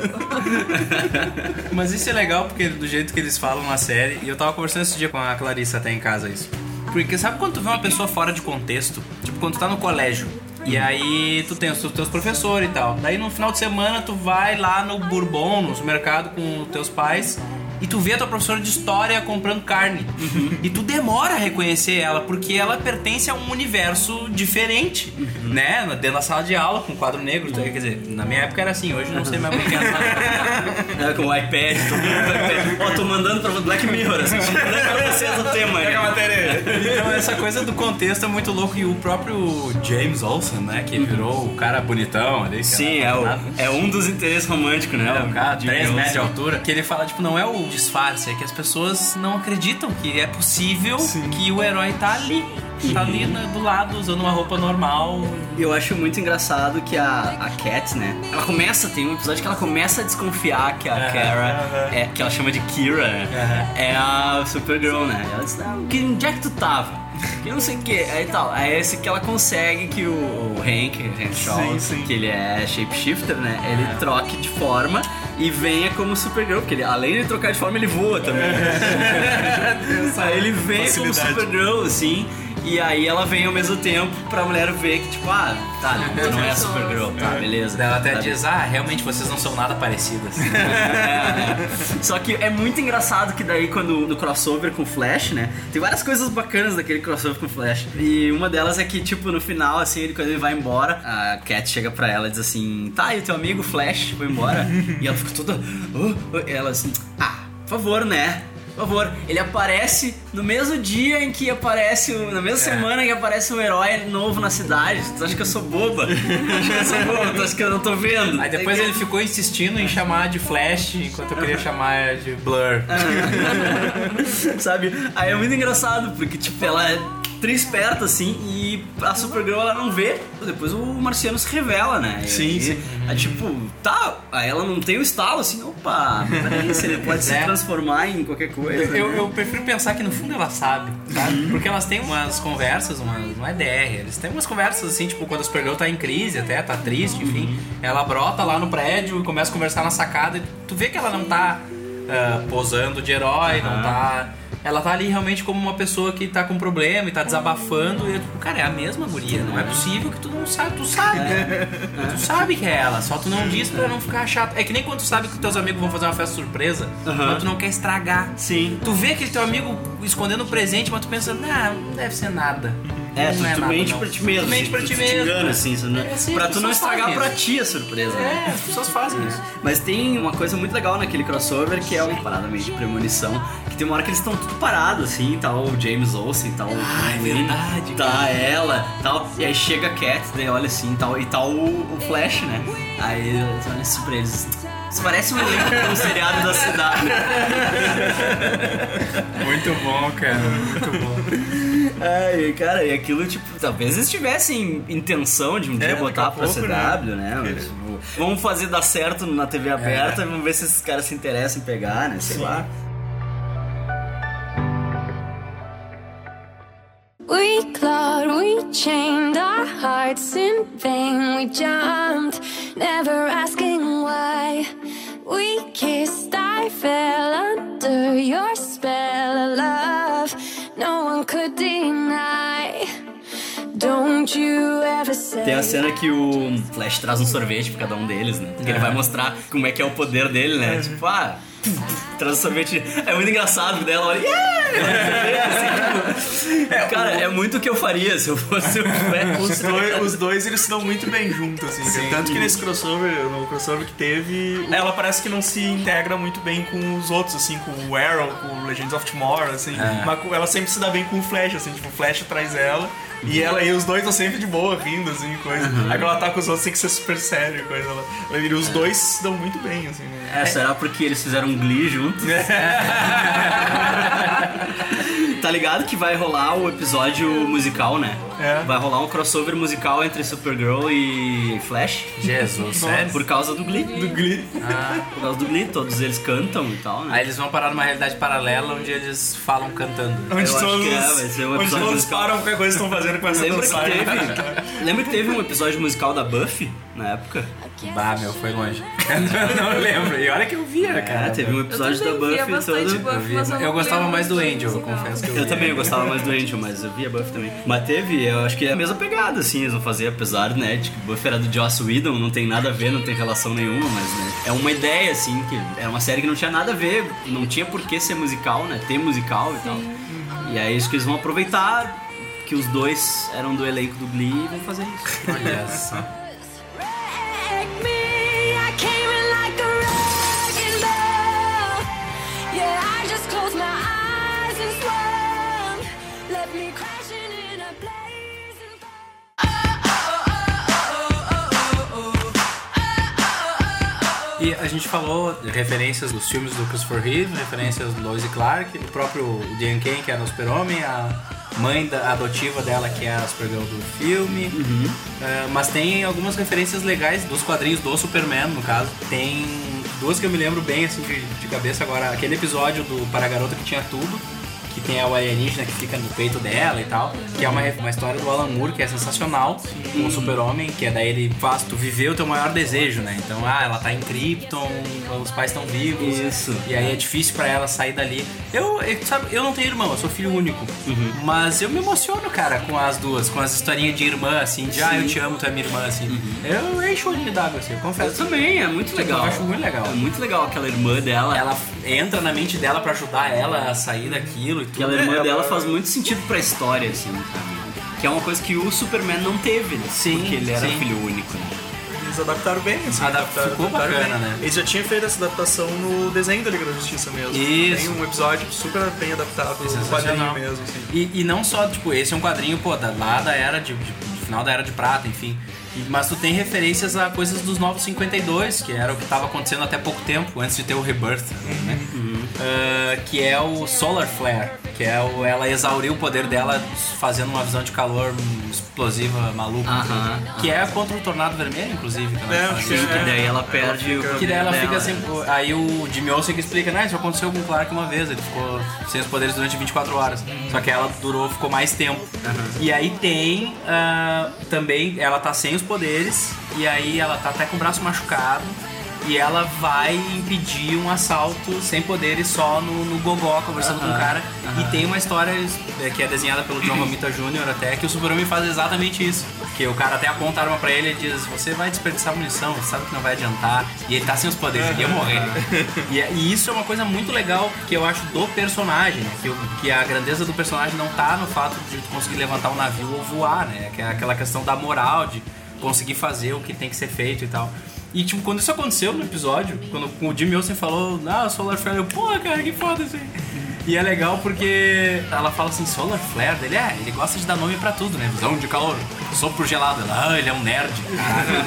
Mas isso é legal porque do jeito que eles falam na série, e eu tava conversando esse dia com a Clarissa até em casa isso. Porque sabe quando tu vê uma pessoa fora de contexto? Tipo, quando tu tá no colégio e aí tu tem os teus professores e tal. Daí no final de semana tu vai lá no Bourbon, no supermercado com os teus pais, e tu vê a tua professora de história comprando carne. Uhum. E tu demora a reconhecer ela, porque ela pertence a um universo diferente, uhum. né? Dentro da sala de aula, com quadro negro. Quer dizer, na minha época era assim, hoje não sei mais como é que é. É, com o iPad, tô, iPad. Ó, tô mandando pra Black Mirror, assim, pra vocês o tema aí. Pega a matéria. Então essa coisa do contexto é muito louco. E o próprio James Olsen, né? Que virou o cara bonitão ali. Sim, é, o, é um dos interesses românticos, né? É, o cara, três metros de altura. Que ele fala, tipo, não é o disfarce, é que as pessoas não acreditam que é possível Sim. que o herói tá ali, tá ali né, do lado, usando uma roupa normal. Eu acho muito engraçado que a, a Cat, né, ela começa, tem um episódio que ela começa a desconfiar que a uh-huh, Kara, uh-huh. é, que ela chama de Kira, né, uh-huh. é a Supergirl, né, ela diz, ah, onde é que tu tava? Que não sei o que, aí tal. Aí esse que ela consegue que o, o Hank, Hank Shaw, sim, sim. que ele é shapeshifter, né? Ele é. troque de forma e venha como Supergirl, porque ele, além de trocar de forma, ele voa também. Aí ele vem como Supergirl, assim. E aí ela vem ao mesmo tempo pra mulher ver que, tipo, ah, tá, não, não é a Supergirl, tá, beleza. Ela até tá diz, bem. ah, realmente vocês não são nada parecidas. é, é. Só que é muito engraçado que daí quando no crossover com o Flash, né, tem várias coisas bacanas daquele crossover com o Flash. E uma delas é que, tipo, no final, assim, ele, quando ele vai embora, a Cat chega pra ela e diz assim, tá, e o teu amigo Flash foi embora? E ela fica toda, oh, oh. E ela assim, ah, por favor, né? Por favor, ele aparece no mesmo dia em que aparece, na mesma é. semana que aparece um herói novo na cidade. Tu acha que eu sou boba? Tu acha que eu sou boba? Tu acha que eu não tô vendo? Aí depois ele ficou insistindo em chamar de Flash, enquanto eu queria chamar de Blur. Sabe? Aí é muito engraçado, porque tipo, ela é tri esperta assim e a Supergirl ela não vê. Depois o Marciano se revela, né? Sim, e, sim. Aí tipo, tá, aí ela não tem o estalo assim, opa, peraí, se ele pode se é. transformar em qualquer coisa. Eu, né? eu prefiro pensar que no fundo ela sabe, sabe? Porque elas têm umas conversas, uma, não é D R, eles têm umas conversas assim, tipo, quando a Supergirl tá em crise até, tá triste, enfim. Uhum. Ela brota lá no prédio e começa a conversar na sacada e tu vê que ela não tá uh, posando de herói, uhum. não tá... Ela tá ali realmente como uma pessoa que tá com problema e tá desabafando. E eu, tipo, cara, é a mesma guria. Não é possível que tu não sabe. Tu sabe, né? Tu sabe que é ela. Só tu não diz pra não ficar chato. É que nem quando tu sabe que teus amigos vão fazer uma festa surpresa, uhum. mas tu não quer estragar. Sim. Tu vê aquele teu amigo escondendo um presente, mas tu pensa, não, não deve ser nada. É, não tu, é tu nada, mente não. pra ti mesmo. Tu mente pra ti mesmo. Te engana, assim, isso, né? É, sim, pra tu não estragar pra ti a surpresa. É, né? as pessoas fazem isso. Mas tem uma coisa muito legal naquele crossover que é uma parada meio de premonição. Que tem uma hora que eles estão tudo parados, assim, tá o James Olsen, tá o ah, é verdade, tá cara. ela, tal. E aí chega a Cat, daí olha assim, tal, e tá o, o Flash, né? Aí eles olham assim pra eles. Isso parece um elenco de um seriado da cidade. Muito bom, cara, muito bom. Ai, cara, e aquilo, tipo, talvez eles tivessem intenção de um dia é, botar pra pouco, C W, né? né? Mas, tipo, vamos fazer dar certo na T V aberta, é. Vamos ver se esses caras se interessam em pegar, né? Sei Sim. lá. We clawed, we chained our hearts in vain. We jumped, never asking why. We kissed, I fell under your spell of love. No one could deny. Don't you ever say. Tem a cena que o Flash traz um sorvete pra cada um deles, né? Porque é. ele vai mostrar como é que é o poder dele, né? É. Tipo, ah, traz um sorvete. É muito engraçado, porque dela olha, yeah! assim, tipo, é, cara, o... é muito o que eu faria se eu fosse o Flash. Os dois, os dois eles se dão muito bem juntos, assim. Sim. Tanto que nesse crossover, no crossover que teve, ela parece que não se integra muito bem com os outros, assim, com o Arrow, com o Legends of Tomorrow, assim. É. Mas ela sempre se dá bem com o Flash, assim, tipo, o Flash traz ela. E ela e os dois estão sempre de boa, rindo, assim, coisa. Uhum. Aí quando ela tá com os outros tem que ser super sério, coisa. Ela, ela, os é. dois se dão muito bem, assim. Né? É, será porque eles fizeram um Glee juntos? Tá ligado que vai rolar o episódio musical, né? É. Vai rolar um crossover musical entre Supergirl e Flash. Jesus, sério? Por causa do Glee. Do Glee. Ah. Por causa do Glee, todos eles cantam e tal, né? Aí eles vão parar numa realidade paralela onde eles falam cantando. Onde Eu acho todos, que é, vai ser um onde episódio todos musical. param qualquer coisa que estão fazendo com essa Lembra que, dançarina. teve, lembra que teve um episódio musical da Buffy na época? Bah, meu, foi longe. Não lembro. E olha que eu via, cara. É, teve um episódio da Eu também via Buffy bastante todo. Buffy, mas eu Eu não gostava lembro mais do dos Angel, eu musical. confesso que eu Eu via. também eu gostava mais do Angel, mas eu via Buffy também. Mas teve, eu acho que é a mesma pegada, assim, eles vão fazer, apesar, né, de que Buffy era do Joss Whedon, não tem nada a ver, não tem relação nenhuma, mas, né, é uma ideia, assim, que era uma série que não tinha nada a ver, não tinha por que ser musical, né, ter musical e tal. E aí acho que eles vão aproveitar que os dois eram do elenco do Glee e vão fazer isso. Olha só. Wreck me, I came in like a wrecking ball. Yeah, I just closed my eyes and swam. Left me crashing in a blazing E a gente falou de referências dos filmes do Christopher Reeve, referências do Lois e Clark, o próprio Diane Kane, que era o Super-Homem, a mãe da, adotiva dela, que é a Supergirl do filme. Uhum. Uh, mas tem algumas referências legais dos quadrinhos do Superman, no caso. Tem duas que eu me lembro bem, assim, de, de cabeça agora. Aquele episódio do Para a Garota que tinha tudo, que tem a alienígena que fica no peito dela e tal, que é uma, uma história do Alan Moore, que é sensacional, com o Super-Homem, que é daí ele faz tu viver o teu maior desejo, né? Então, ah, ela tá em Krypton, os pais estão vivos, Isso. e aí é difícil pra ela sair dali. Eu, eu, sabe, eu não tenho irmão, eu sou filho único, Uhum. mas eu me emociono, cara, com as duas, com as historinhas de irmã, assim, de ah, eu te amo, tu é minha irmã, assim. Uhum. Eu encho o olhinho d'água, assim, eu confesso. Eu também, é muito legal. Eu acho muito legal. É muito legal aquela irmã dela. Ela entra na mente dela pra ajudar ela a sair daquilo e tudo. Aquela irmã É, dela ela- faz muito sentido pra história, assim, sabe? Que é uma coisa que o Superman não teve, né? Sim, Porque ele era sim. filho único, né? Eles adaptaram bem, assim. Adap- adaptaram- ficou adaptaram bacana, bem. né? Eles já tinham feito essa adaptação no desenho da Liga da Justiça mesmo. Isso. Tem um episódio super bem adaptado no Sensacional. quadrinho mesmo, assim. E, e não só, tipo, esse é um quadrinho, pô, da, lá da era de, de- de final da Era de Prata, enfim. E- mas tu tem referências a coisas dos Novos cinquenta e dois, que era o que tava acontecendo até pouco tempo, antes de ter o Rebirth, né? Ah, que é o Solar Flare, que é o, ela exauriu o poder dela fazendo uma visão de calor explosiva, maluca. Aham, Que é contra o Tornado Vermelho, inclusive. Que ela É, faz. acho que Sim, que É. daí ela perde fica- o Que daí ela dela, fica assim, né? pô, aí o Jimmy Olsen que explica, né, isso aconteceu com o Clark uma vez, ele ficou sem os poderes durante vinte e quatro horas, só que ela durou, ficou mais tempo. E aí tem ah, também, ela tá sem os poderes, e aí ela tá até com o braço machucado, e ela vai impedir um assalto sem poderes só no, no gogó, conversando com o cara. E tem uma história é, que é desenhada pelo John Romita Júnior até, que o Super-Homem faz exatamente isso. Que o cara até aponta a arma pra ele e diz, você vai desperdiçar munição, você sabe que não vai adiantar. E ele tá sem os poderes, ele ia morrer. E, e isso é uma coisa muito legal que eu acho do personagem, né? Que, o- que a grandeza do personagem não tá no fato de tu conseguir levantar um navio ou voar, né? Que é aquela questão da moral, de conseguir fazer o que tem que ser feito e tal. E, tipo, quando isso aconteceu no episódio, quando o Jimmy Olsen falou, ah, Solar Flare, eu, pô, cara, que foda isso aí. E é legal porque ela fala assim, Solar Flare, ele é, ele gosta de dar nome pra tudo, né? Visão de calor, sopro gelado. Ela, ah, ele é um nerd. Caralho.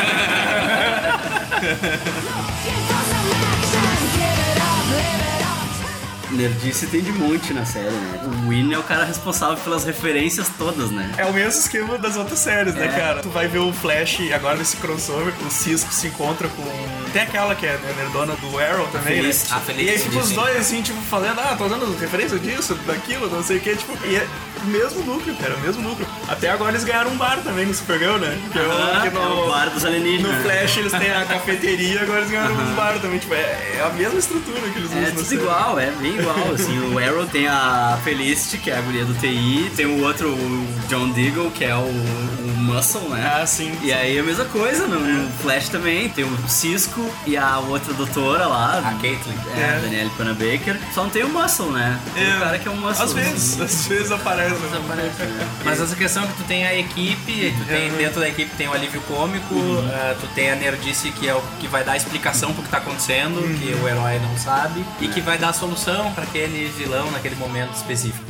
Nerdice tem de monte na série, né? O Win é o cara responsável pelas referências todas, né? É o mesmo esquema das outras séries, né, É. cara? Tu vai ver o Flash, agora nesse crossover, o Cisco se encontra com... Tem aquela que é a nerdona do Arrow também, Felicity. né? A Felicity, E aí, tipo, os sim. dois, assim, tipo, falando, ah, tô dando referência disso, daquilo, não sei o que, tipo... E é o mesmo núcleo, cara, o mesmo núcleo. Até agora eles ganharam um bar também no Supergirl, né? Que, é o- Ah, que no, é o bar dos alienígenas. no Flash eles têm a cafeteria, agora eles ganharam um bar também, tipo, é, é a mesma estrutura que eles usam É na tudo série. igual, é bem igual, assim, o Arrow tem a Felicity, que é a guria do T I, tem o outro, o John Diggle, que é o, o Muscle, né? Ah, sim. E aí a mesma coisa, no, no Flash também, tem o Cisco e a outra doutora lá, A Caitlyn. é, É. a Danielle Panabaker, só não tem o Muscle, né? Tem É. o cara que é o Muscle. Às vezes, às vezes aparece. né? Mas essa questão é que tu tem a equipe, tu tem, dentro da equipe tem o alívio cômico, eh, tu tem a nerdice que é o que vai dar a explicação pro que tá acontecendo, que o herói não sabe, e que vai dar a solução pra aquele vilão naquele momento específico, né?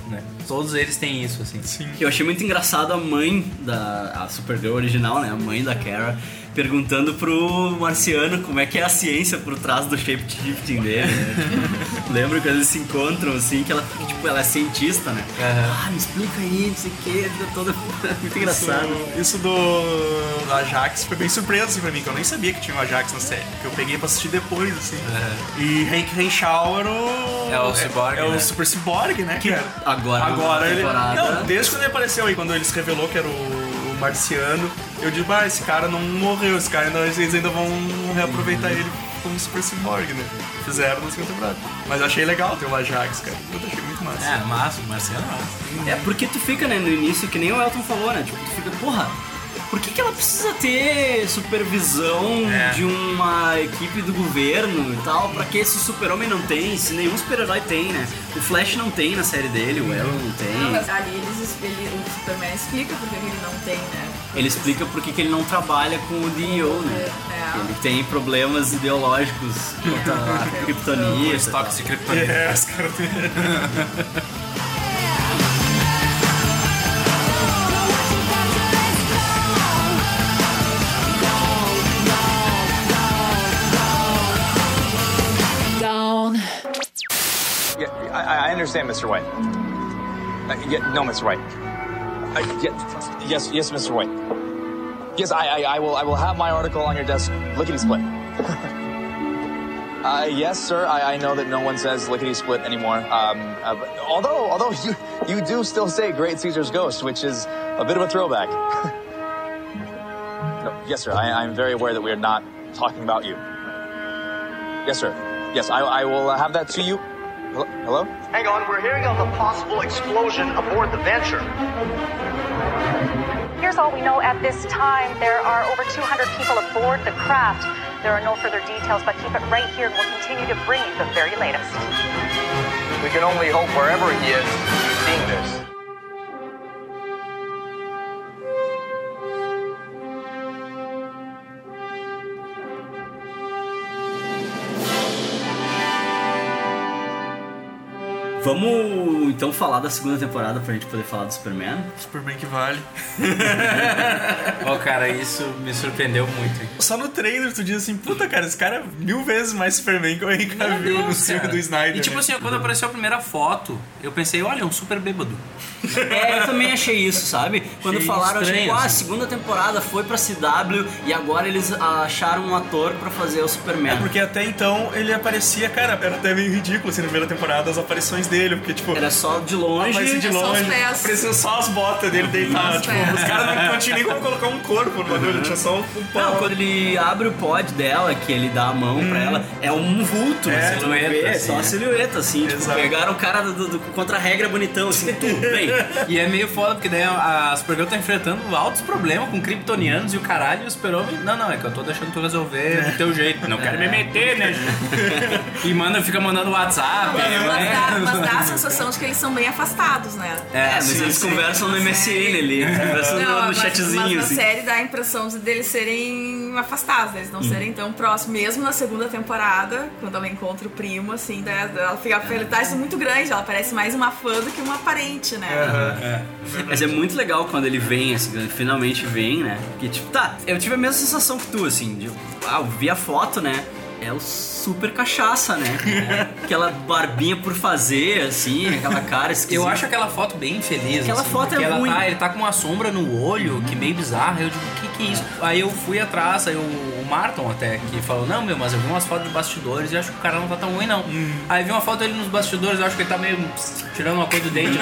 todos eles têm isso, assim. Sim. Eu achei muito engraçado a mãe da a Supergirl original, né? A mãe da Kara, perguntando pro Marciano como é que é a ciência por trás do shape-shifting dele, né? Tipo, lembra quando eles se encontram, assim, que ela, tipo, ela é cientista, né? Uhum. Ah, me explica aí, não sei o que, toda muito engraçado. Isso, isso do, do Ajax foi bem surpresa assim, pra mim, que eu nem sabia que tinha o Ajax na série. Que eu peguei pra assistir depois, assim. Uhum. E Hank Renshaw era o... É o Cyborg, É, é né? o Super Cyborg, né, cara? Agora, Agora ele... temporada... Não, desde quando ele apareceu aí, quando eles revelou que era o Marciano, eu digo, ah, esse cara não morreu, esse cara ainda, eles ainda vão reaproveitar ele como Super Cyborg, né? Fizeram na segunda temporada. Mas eu achei legal ter o Ajax, cara. Eu achei muito massa. É, massa, o Marciano é massa. É, porque tu fica, né, no início, que nem o Elton falou, né? Tipo, tu fica, porra, por que que ela precisa ter supervisão É. de uma equipe do governo e tal? Pra que esse super-homem não tem? Se nenhum super-herói tem, né? O Flash não tem na série dele, o Arrow não tem. Não, mas ali eles, ele, o Superman explica porque que ele não tem, né? Ele explica por que que ele não trabalha com o D E O, né? É. Ele tem problemas ideológicos contra a Kryptonita. O estoque de Kryptonita. É, os caras têm... Yeah, I, I understand, Mister White. Uh, yeah, no, Mister White. Uh, yeah, yes, yes, Mister White. Yes, I, I, I will. I will have my article on your desk. Lickety split. uh, yes, sir. I, I know that no one says lickety split anymore. Um, uh, but although, although you you do still say Great Caesar's Ghost, which is a bit of a throwback. No, yes, sir. I, I'm very aware that we are not talking about you. Yes, sir. Yes, I, I will have that to you. Hello? Hang on, we're hearing of a possible explosion aboard the Venture. Here's all we know at this time. There are over two hundred people aboard the craft. There are no further details, but keep it right here and we'll continue to bring you the very latest. We can only hope wherever he is, he's seeing this. Vamos então falar da segunda temporada pra gente poder falar do Superman. Superman que vale. Ó, oh, cara, isso me surpreendeu muito. Hein? Só no trailer tu diz assim, puta, cara, esse cara é mil vezes mais Superman que o Henry Cavill no filme do Snyder. E tipo né? assim, quando apareceu a primeira foto, eu pensei, olha, um super bêbado. É, eu também achei isso, sabe? Quando Achei falaram, estranho, tipo, ah, a assim. segunda temporada foi pra C W e agora eles acharam um ator pra fazer o Superman. É, porque até então ele aparecia, cara, era até meio ridículo assim na primeira temporada as aparições dele, porque tipo... Era só de longe, aparecia de é só os longe, pés. apareciam só as botas dele deitado, tipo, pés. os caras não, não tinham nem como colocar um corpo no bagulho, tinha só um, um pau. Não, quando ele abre o pod dela, que ele dá a mão pra ela, é um vulto, É, assim, silhueta, silhueta, é assim, só né? a silhueta, assim, tipo, Exato. pegaram o cara do, do, do contra a regra bonitão, assim, tudo bem. E é meio foda, porque daí a Supergirl tá enfrentando altos problemas com kryptonianos e o caralho, e o Super-Homem, não, não, é que eu tô deixando tu resolver do teu jeito, não quero me meter, né? E manda, fica mandando WhatsApp, Mas, né? mas, dá, mas dá a sensação de que eles são bem afastados, né? É, mas sim, eles sim. conversam no M S N ali, conversam Não, no, no mas, chatzinho, mas na assim. série dá a impressão de deles serem afastados, eles não serem tão próximos. Mesmo na segunda temporada, quando ela encontra o primo, assim, da- ela fica a fidelidade muito grande, ela parece mais uma fã do que uma parente, né? É. Mas é muito legal quando ele vem, assim, quando ele finalmente vem, né? Porque, tipo, tá, eu tive a mesma sensação que tu, assim, de, ah, eu vi a foto, né? É o super cachaça, né? Aquela barbinha por fazer, assim, aquela cara esquisita. Eu acho aquela foto bem infeliz. Aquela assim, foto porque é ela ruim. Tá, ele tá com uma sombra no olho, que meio bizarra. Eu digo, o que que é isso? Aí eu fui atrás, aí o, o Martin até, que falou, não, meu, mas eu vi umas fotos de bastidores e acho que o cara não tá tão ruim, não. Hum. Aí vi uma foto dele nos bastidores, eu acho que ele tá meio tirando uma coisa do dente.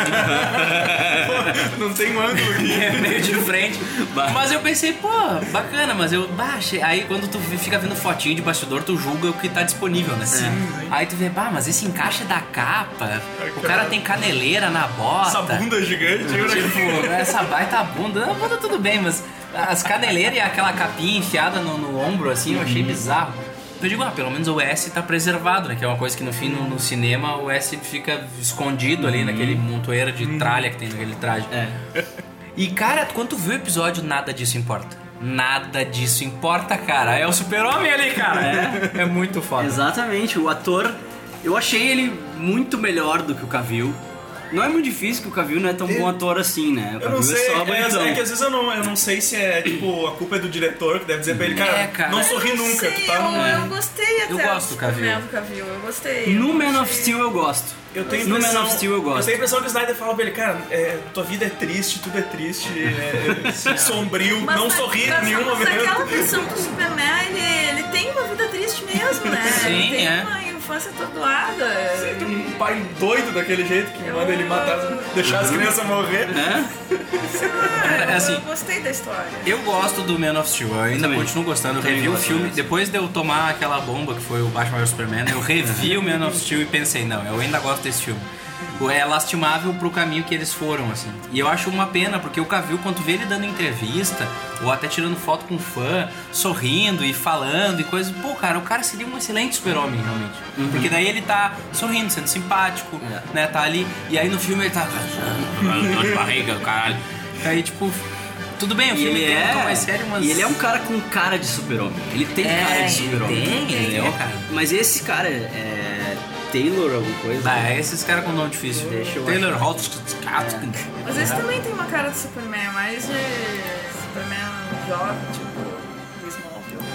Assim. Não tem um ângulo aqui. É, meio de frente. Mas eu pensei, pô, bacana, mas eu baixei. Aí quando tu fica vendo fotinho de bastidor, tu julga o que tá disponível, né? Sim. Aí tu vê, bah, mas esse encaixe da capa, o cara tem caneleira na bota. Essa bunda gigante. Tipo, essa baita bunda, a bunda tudo bem, mas as caneleiras e aquela capinha enfiada no, no ombro, assim, eu achei bizarro. Eu digo, ah, pelo menos o S tá preservado, né? Que é uma coisa que no fim, no, no cinema, o S fica escondido ali naquele montoeiro de tralha que tem naquele traje. É. E, cara, quando tu vê o episódio, nada disso importa. Nada disso importa, cara. É o Super-Homem ali, cara. É, é muito foda. Exatamente, o ator, eu achei ele muito melhor do que o Cavill. Não é muito difícil, que o Cavill não é tão bom ator assim, né? O Eu não Cavill sei, é só é, bonitão. é que às vezes eu não, eu não sei se é, tipo, a culpa é do diretor, que deve dizer pra ele, cara, É, cara. não sorri Eu não nunca, sei, tu tá eu, num... eu gostei até Eu gosto do Cavill. Superman do Cavill, eu gostei. No eu Man of achei- Steel eu gosto. Eu tenho a No impressão, Man of Steel eu gosto. tenho a impressão que o Snyder fala pra ele, cara, é, tua vida é triste, tudo é triste, é, é sombrio, Mas não na- sorri em mas- nenhum mas momento. naquela versão do Superman, ele, ele tem uma vida triste mesmo, né? Sim, ele tem é. uma infância atordoada. Você tem um pai doido daquele jeito que manda ele matar, deixar as crianças morrer. Ah, É, assim, eu gostei da história. Eu gosto do Man of Steel, eu ainda Também. continuo gostando. Eu Também revi o gosto filme, mesmo. depois de eu tomar aquela bomba que foi o Batman versus Superman, eu revi o Man of Steel e pensei, não, eu ainda gosto desse filme. É lastimável pro caminho que eles foram, assim. E eu acho uma pena, porque o Cavill, quando tu vê ele dando entrevista, ou até tirando foto com fã, sorrindo e falando e coisas, pô, cara, o cara seria um excelente super-homem, realmente. Uhum. Porque daí ele tá sorrindo, sendo simpático, né, tá ali, e aí no filme ele tá... dor de barriga, caralho. Aí, tipo... Tudo bem, o E filme ele tem um tom é, mais sério, mas... e ele é um cara com cara de super-homem. Ele tem É, cara de ele super-homem. tem, ele entendeu? é, cara. Mas esse cara é Taylor alguma coisa? Ah, é esses caras com nome difícil. Deixa eu Taylor achar. Hotchkiss. Mas esse também tem uma cara de Superman, mais de Superman jovem, tipo, do Smallville.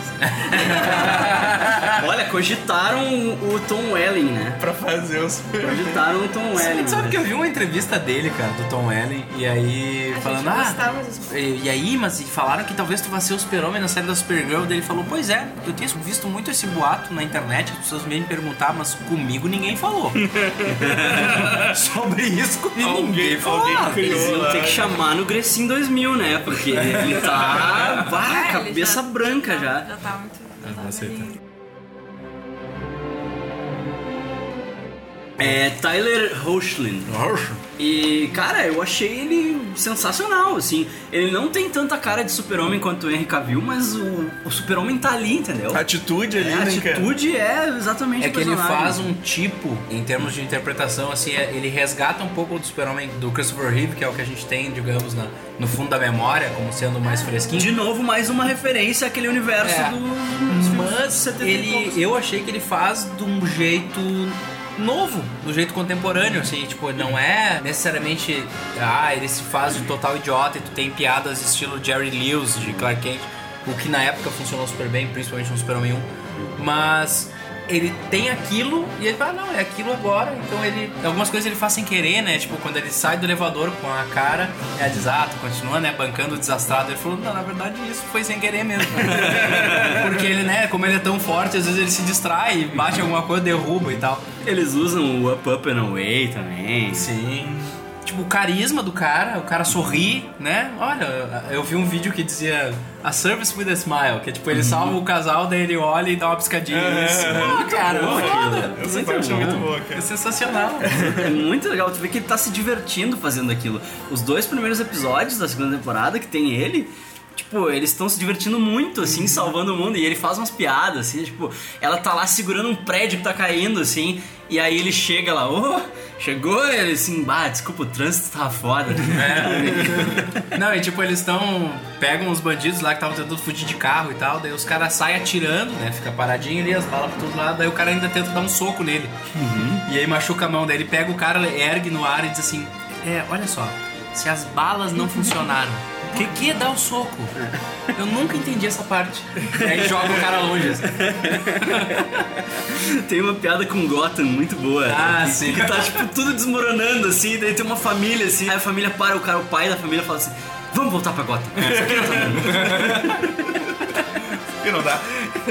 Olha, cogitaram o Tom Welling, né? Pra fazer os... Cogitaram o Tom Welling. Sabe né? que eu vi uma entrevista dele, cara, do Tom Welling, e aí A falando, gente ah, gostava dos- e, e aí, mas e falaram que talvez tu vá ser o super-homem na série da Supergirl, daí ele falou, pois é, eu tenho visto muito esse boato na internet, as pessoas vêm me perguntar, mas comigo ninguém falou. Sobre isso comigo Alguém- ninguém falou. alguém nada. criou. Eles iam ter lá. que chamar no Grecin dois mil, né? Porque ele tá... Bah, Ah, ele cabeça já- branca já. Já tá muito... Já tá você velhinho. É Tyler Hoechlin. E, cara, eu achei ele sensacional, assim. Ele não tem tanta cara de super-homem quanto o Henry Cavill, mas o, o super-homem tá ali, entendeu? A atitude ali, É, a né, cara? atitude é exatamente É o que ele personagem. faz um tipo, em termos de interpretação, assim, é- ele resgata um pouco do super-homem do Christopher Reeve, que é o que a gente tem, digamos, na- no fundo da memória, como sendo mais fresquinho. De novo, mais uma referência àquele universo É. do... dos filmes Mas setenta e ele, poucos. eu achei que ele faz de um jeito novo, do jeito contemporâneo, assim, tipo, não é necessariamente, ah, ele se faz de total idiota e tu tem piadas estilo Jerry Lewis de Clark Kent, o que na época funcionou super bem, principalmente no Super-Homem um, mas ele tem aquilo e ele fala, não, é aquilo agora, então ele, algumas coisas ele faz sem querer, né, tipo, quando ele sai do elevador com a cara, é desato, continua, né, bancando o desastrado, ele falou, não, na verdade isso foi sem querer mesmo, porque ele, né, como ele é tão forte, às vezes ele se distrai, bate em alguma coisa, derruba e tal. Eles usam o Up, Up and Away também. Sim. Tipo, o carisma do cara, o cara sorri, né? Olha, eu vi um vídeo que dizia A Service with a Smile, que é tipo, ele salva o casal, daí ele olha e dá uma piscadinha. É, Isso. é, Ah, cara, bom foda. aquilo. Essa Muito parte é muito bom. boa, É cara. sensacional. É muito legal, tu vê que ele tá se divertindo fazendo aquilo. Os dois primeiros episódios da segunda temporada que tem ele, tipo, eles estão se divertindo muito, assim, salvando o mundo. E ele faz umas piadas, assim, tipo, ela tá lá segurando um prédio que tá caindo, assim, e aí ele chega lá, ô, oh, chegou, ele assim, bah, desculpa, o trânsito tava foda. É. Não, e tipo, eles estão. Pegam os bandidos lá que estavam tentando fugir de carro e tal, daí os caras saem atirando, né? Fica paradinho ali, as balas por todo lado, daí o cara ainda tenta dar um soco nele. E aí machuca a mão, daí ele pega o cara, ergue no ar e diz assim: é, olha só, se as balas não funcionaram, o que que é dar o soco? Eu nunca entendi essa parte. E aí joga o cara longe. Assim. Tem uma piada com Gotham muito boa. Ah, que, sim. Que tá, tipo, tudo desmoronando, assim, daí tem uma família, assim, aí a família para, o cara, o pai da família fala assim, vamos voltar pra Gotham. Isso aqui não tá bom. E não dá.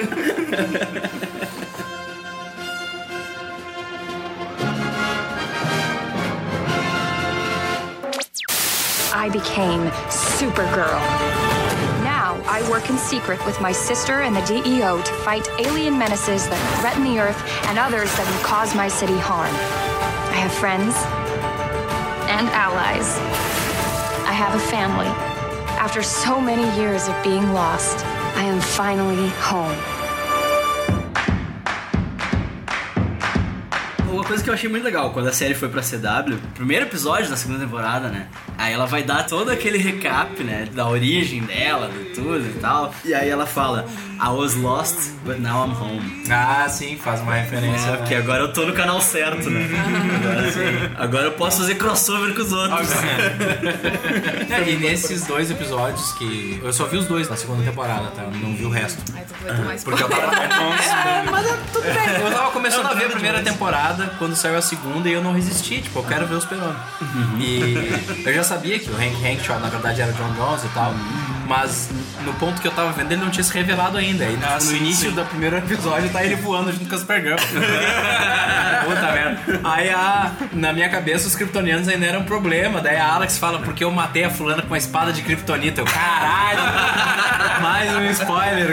I became Supergirl. Now I work in secret with my sister and the D E O to fight alien menaces that threaten the Earth and others that would cause my city harm. I have friends and allies. I have a family. After so many years of being lost, I am finally home. uma coisa que eu achei muito legal, quando a série foi pra C W, primeiro episódio da segunda temporada, né? Aí ela vai dar todo aquele recap, né? Da origem dela, de tudo e tal. E aí ela fala, I was lost, but now I'm home. Ah, sim, faz uma referência. É, porque agora eu tô no canal certo, né? Agora, sim. Agora eu posso fazer crossover com os outros. E nesses dois episódios que... Eu só vi os dois na segunda temporada, tá? Eu não vi o resto. Aí tu vai tomar Porque eu tava... é, mas tudo bem. Eu tava começando a ver a primeira temporada, quando saiu a segunda, e eu não resisti. Tipo, eu quero ver o Super-Homem. Uhum. E eu já sabia que o Hank Henshaw, na verdade, era o John Jones e tal. Mas no ponto que eu tava vendo, ele não tinha se revelado ainda. E ah, no sim, início sim. do primeiro episódio, tá ele voando junto com as Supergirl. Puta merda. Aí a, na minha cabeça, os kryptonianos ainda eram um problema. Daí a Alex fala, porque eu matei a fulana com uma espada de kryptonita. Eu, caralho! Mais um spoiler.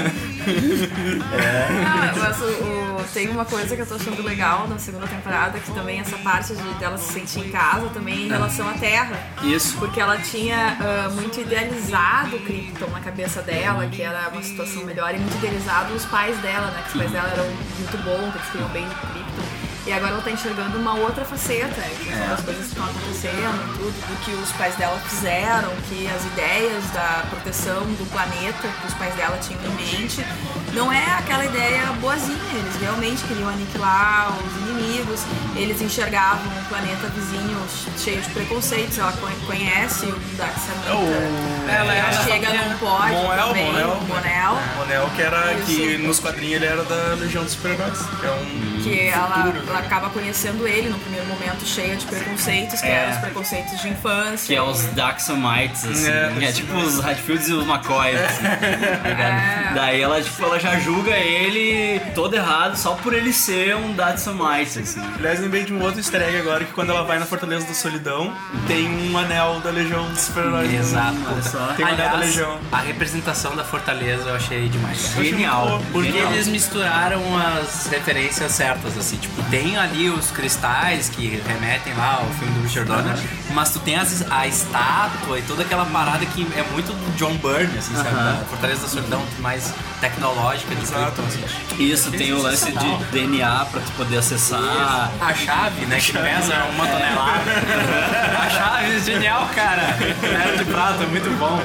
É. Ah, mas o, o, tem uma coisa que eu tô achando legal na segunda temporada, que também essa parte de dela se sentir em casa também em relação à Terra. Isso. Porque ela tinha uh, muito idealizado o Krypton na cabeça dela, que era uma situação melhor, e muito idealizado os pais dela, né? Que os pais dela eram muito bons, que eles queriam bem do Krypton. E agora ela tá enxergando uma outra faceta, que são as coisas que estão acontecendo, tudo, do que os pais dela fizeram, que as ideias da proteção do planeta que os pais dela tinham em mente, não é aquela ideia boazinha, eles realmente queriam aniquilar os inimigos, eles enxergavam um planeta vizinho cheio de preconceitos, ela conhece o Daxamita, oh, ela, ela chega num pódio Monel, também, Monel, o Monel. Monel, que era, que nos quadrinhos ele era da Legião dos Super-Heróis, que é um que ela, futuro, ela acaba conhecendo ele no primeiro momento, cheia de preconceitos, que É. eram os preconceitos de infância. Que é os Daxamites, assim. É. É, tipo os Hatfields e os McCoys, assim. Tá ligado? É. Daí ela, tipo, ela já julga ele todo errado só por ele ser um Daxamite, assim. Aliás, lembrei de um outro easter egg agora, que quando ela vai na Fortaleza da Solidão, tem um anel da Legião dos Super-Heróis. Exato. Olha só. Tem um anel da Aliás, Legião. a representação da Fortaleza eu achei demais. Genial. Porque Genial. eles misturaram as referências certas, assim, tipo, tem ali os cristais que remetem lá ao filme do Richard Donner, mas tu tem as, a estátua e toda aquela parada que é muito do John Byrne, assim, sabe? Aham. Da Fortaleza da Solidão, mais tecnológica de Krypton, assim. Isso, tem o lance de D N A pra tu poder acessar. A chave, né, que pesa uma tonelada. A chave, genial, cara. Era de prata, muito bom.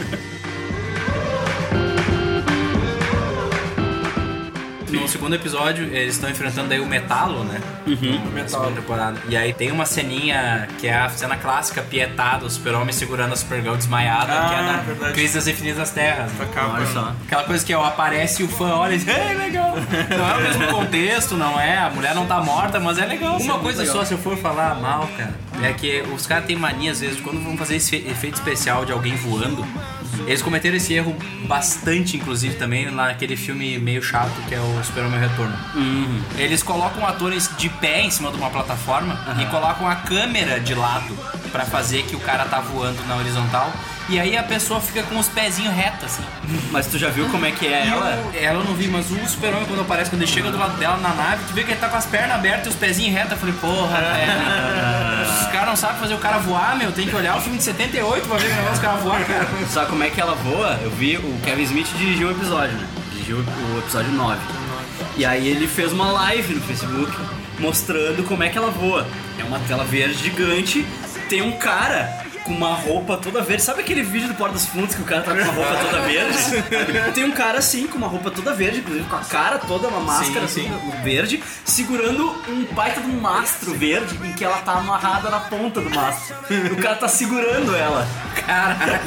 No segundo episódio, eles estão enfrentando aí o Metalo, né? Uhum. Na segunda temporada. E aí tem uma ceninha que é a cena clássica, pietada, o Super-Homem segurando a Supergirl desmaiada, Ah, que é da verdade. Crise das Infinitas Terras. Né? Olha só. Aquela coisa que ó, aparece e o fã olha e diz, é legal. Não é o mesmo contexto, não é? A mulher não tá morta, mas é legal. Uma coisa só, se eu for falar mal, cara, é que os caras têm mania, às vezes, quando vão fazer esse efeito especial de alguém voando, eles cometeram esse erro bastante, inclusive, também naquele filme meio chato que é o Super-Homem Retorno. Uhum. Eles colocam atores de pé em cima de uma plataforma Uhum. e colocam a câmera de lado pra fazer que o cara tá voando na horizontal. E aí a pessoa fica com os pezinhos retos, assim. Mas tu já viu como é que é E ela? o- ela eu não vi, mas o Super-Homem, quando aparece, quando ele chega do lado dela na nave, tu vê que ele tá com as pernas abertas e os pezinhos retos. Eu falei, porra, velho. Os caras não sabem fazer o cara voar, meu. Tem que olhar o filme de setenta e oito pra ver que negócio o cara voar, cara. Sabe como é que ela voa? Eu vi, o Kevin Smith dirigiu o episódio, né? Dirigiu o episódio nove. E aí ele fez uma live no Facebook mostrando como é que ela voa. É uma tela verde gigante, tem um cara com uma roupa toda verde. Sabe aquele vídeo do Porta dos Fundos que o cara tá com uma roupa toda verde? Tem um cara assim, com uma roupa toda verde, inclusive com a cara toda, uma máscara Sim, sim. toda verde, segurando um baita de um mastro verde em que ela tá amarrada na ponta do mastro. O cara tá segurando ela. Caralho.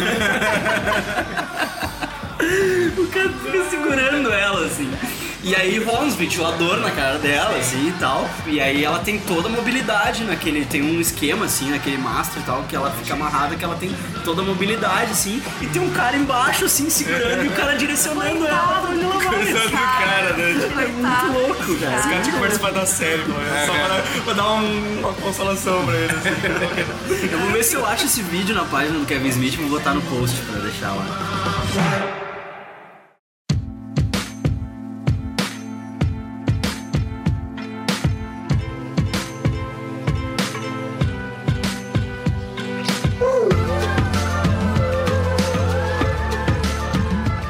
O cara fica segurando ela, assim. E aí rola uns ventiladores na cara dela, assim, e tal. E aí ela tem toda a mobilidade naquele... Tem um esquema, assim, naquele mastro e tal, que ela fica amarrada, que ela tem toda a mobilidade, assim. E tem um cara embaixo, assim, segurando, e o cara direcionando ela pra onde ela vai. Coisa do cara, né? É muito louco, Os cara. caras tinham que participar da série, pô. É, só pra, pra dar um, uma consolação pra eles. Assim. Eu vou ver se eu acho esse vídeo na página do Kevin Smith e vou botar no post pra deixar lá. Nessa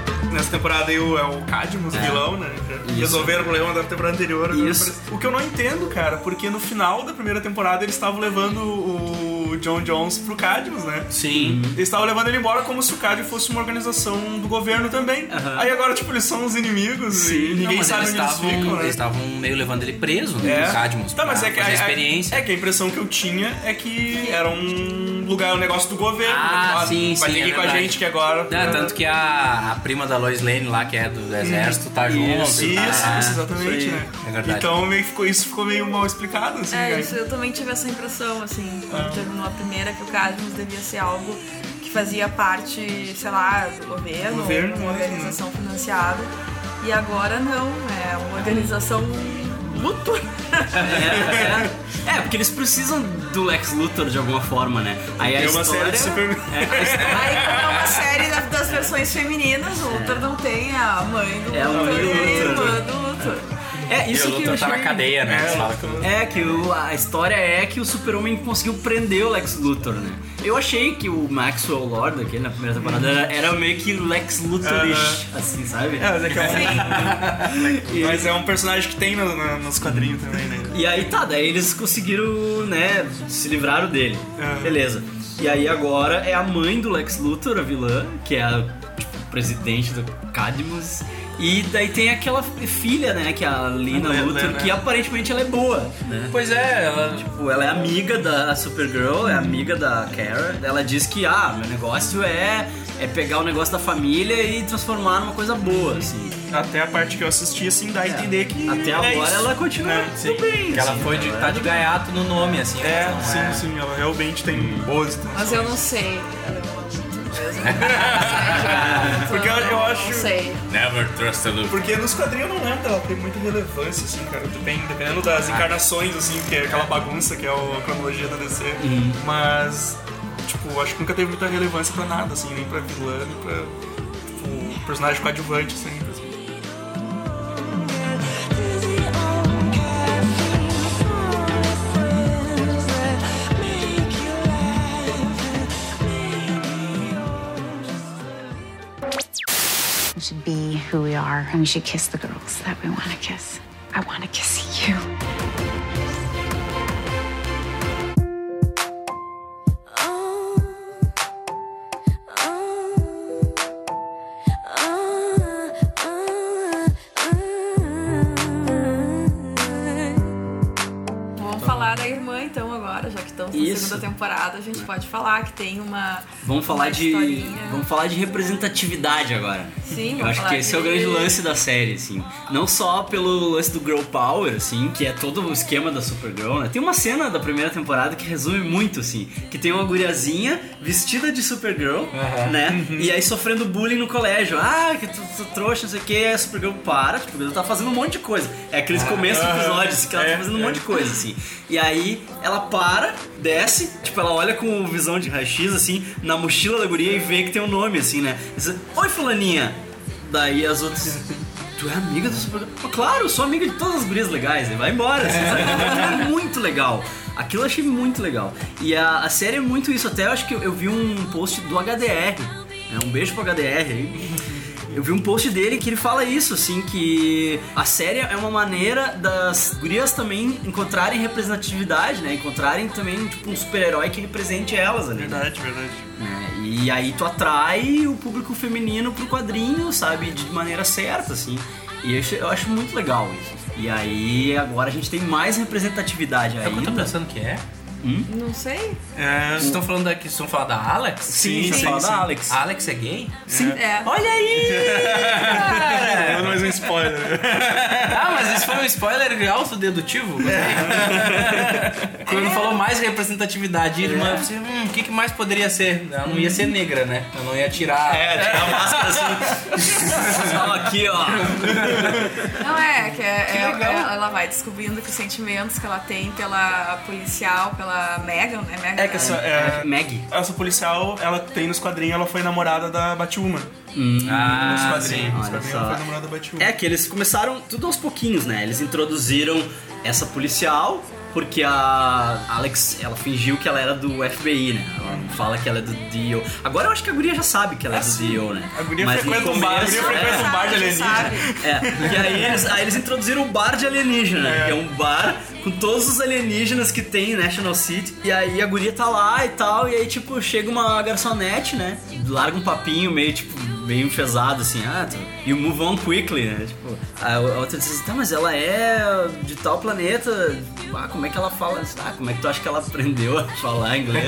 Essa temporada aí o- é o Cadmus, o É. vilão, né? Já Isso. resolveram o problema da temporada anterior. agora Isso. parece- O que eu não entendo, cara, porque no final da primeira temporada eles estavam levando o John Jones pro Cadmus, né? Sim. Eles estavam levando ele embora como se o Cadmus fosse uma organização do governo também. Aham. Aí agora, tipo, eles são os inimigos Sim. e ninguém Não, mas sabe eles onde eles estavam, ficam, né? eles estavam meio levando ele preso no É. Cadmus Tá, mas pra é que fazer a, experiência. É que a impressão que eu tinha é que era um lugar, um negócio do governo. Ah, né? sim, Vai sim, ter que ir é com a verdade. gente que agora. Não, tanto que a, a prima da Lois Lane lá, que é do exército, tá junto. Isso, e isso, tá- isso, exatamente, isso aí. né? É verdade. Então meio que ficou, isso ficou meio mal explicado, assim. É, né? isso, eu também tive essa impressão, assim, quando terminou a primeira, que o Cadmus devia ser algo que fazia parte, sei lá, do governo, Governo ou uma mesmo, organização financiada. E agora não, é uma organização Luthor. É, é. É, porque eles precisam do Lex Luthor de alguma forma, né? Aí a É uma história... série de Superman. É, a história- Aí, como é uma série da- das versões femininas, o Luthor não tem a mãe do É a Luthor mãe do e a Luthor. irmã do Luthor. É, E isso o que Luthor eu tá achei... na cadeia, né? Eles falam que- É, que o- a história é que o Super-Homem conseguiu prender o Lex Luthor, né? Eu achei que o Maxwell Lord, aquele na primeira temporada, era, era meio que Lex Luthor-ish, assim, sabe? É, mas é que é um... Mas é um personagem que tem no- no- nos quadrinhos também, né? E aí tá, daí eles conseguiram, né, se livraram dele. Aham. Beleza. E aí agora é a mãe do Lex Luthor, a vilã, que é a tipo, presidente do Cadmus. E daí tem aquela filha, né, que é a Lena A Lena, Luthor, né? que aparentemente ela é boa, né? Pois é, ela... Tipo, ela é amiga da Supergirl, é amiga da Kara. Ela diz que, ah, meu negócio é, é pegar o negócio da família e transformar numa coisa boa, assim. Até a parte que eu assisti, assim, dá a entender que. Até é agora isso, ela continua né? tudo bem. Que ela assim, foi de, tá de gaiato no nome, assim. É, não sim, é- sim, ela realmente tem boas intenções. Mas eu não sei. Ela é uma Luthor mesmo. Porque eu, eu Não acho. sei. Never trust a Luthor. Porque nos quadrinhos eu não lembro dela ter muita relevância, assim, cara. Depende, dependendo das encarnações, assim, que é aquela bagunça que é a cronologia da D C. Uhum. Mas, tipo, acho que nunca teve muita relevância pra nada, assim, nem pra vilã, nem pra tipo, personagem coadjuvante, sempre, assim. We should be who we are, and we should kiss the girls that we want to kiss. I want to kiss you. Vamos falar da irmã então agora, já que estamos na Isso. segunda temporada, a gente pode falar que tem uma. Vamos falar uma de historinha. vamos falar de representatividade agora. Sim, Eu vamos acho falar que esse de- é o grande lance da série, assim. Não só pelo lance do Girl Power, assim, que é todo o esquema da Supergirl, né? Tem uma cena da primeira temporada que resume muito, assim, que tem uma guriazinha vestida de Supergirl, né? E aí sofrendo bullying no colégio. Ah, que tu, tu trouxa, não sei o que, a Supergirl para, tipo, ela tá fazendo um monte de coisa. É aqueles começos do episódio, assim, que ela tá fazendo um monte de coisa, assim. E aí ela para, desce, tipo, ela olha com visão de raio-x, assim, na mochila da guria e vê que tem um nome, assim, né? E diz, oi, fulaninha! Daí as outras... Tu é amiga do Supergirl? Oh, claro, eu sou amiga de todas as gurias legais, né? Vai embora, assim, sabe? É muito legal. Aquilo eu achei muito legal. E a, a série é muito isso. Até eu acho que eu, eu vi um post do H D R. Né? Um beijo pro H D R aí. Eu vi um post dele que ele fala isso, assim, que a série é uma maneira das gurias também encontrarem representatividade, né? Encontrarem também, tipo, um super-herói que represente elas ali. Verdade, verdade. Né? E aí tu atrai o público feminino pro quadrinho, sabe? De maneira certa, assim. E eu acho, eu acho muito legal isso. E aí agora a gente tem mais representatividade É o que eu tô ainda. pensando que é. Hum? Não sei. É... Vocês estão falando daqui, vocês estão falando da Alex? Sim, Sim, sim, sim, fala sim. da Alex. A Alex é gay? Sim. É. Olha aí! Dando mais um spoiler. Ah, mas isso foi um spoiler autodedutivo? Quando falou mais representatividade, irmã, eu pensei, hum, o que, que mais poderia ser? Ela não ia ser negra, né? Eu não ia tirar. É, tirar a máscara assim. Só aqui, ó. Não é, que, é, Que é- legal. é- ela vai descobrindo que os sentimentos que ela tem pela policial, pela Megan, né? Megan É que essa, é, Maggie. essa policial, ela tem nos quadrinhos, ela foi namorada da Batwoman. Ah, Nos sim. quadrinhos, nos olha quadrinhos só. ela foi namorada da Batwoman. É que eles começaram tudo aos pouquinhos, né? Eles introduziram essa policial, porque a Alex, ela fingiu que ela era do F B I, né? Ela não fala que ela é do D O. Agora eu acho que a guria já sabe que ela é do assim, D O, né? A guria Mas frequenta um bar, a guria frequenta é, um bar de alienígena. É, e aí eles, aí eles introduziram o bar de alienígena, é. que é um bar com todos os alienígenas que tem em National City. E aí a guria tá lá e tal, e aí tipo, chega uma garçonete, né? Larga um papinho meio tipo, meio enfesado assim, ah, tu, you move on quickly, né? Tipo, a outra diz assim, tá, mas ela é de tal planeta, ah, como é que ela fala? Ah, como é que tu acha que ela aprendeu a falar inglês?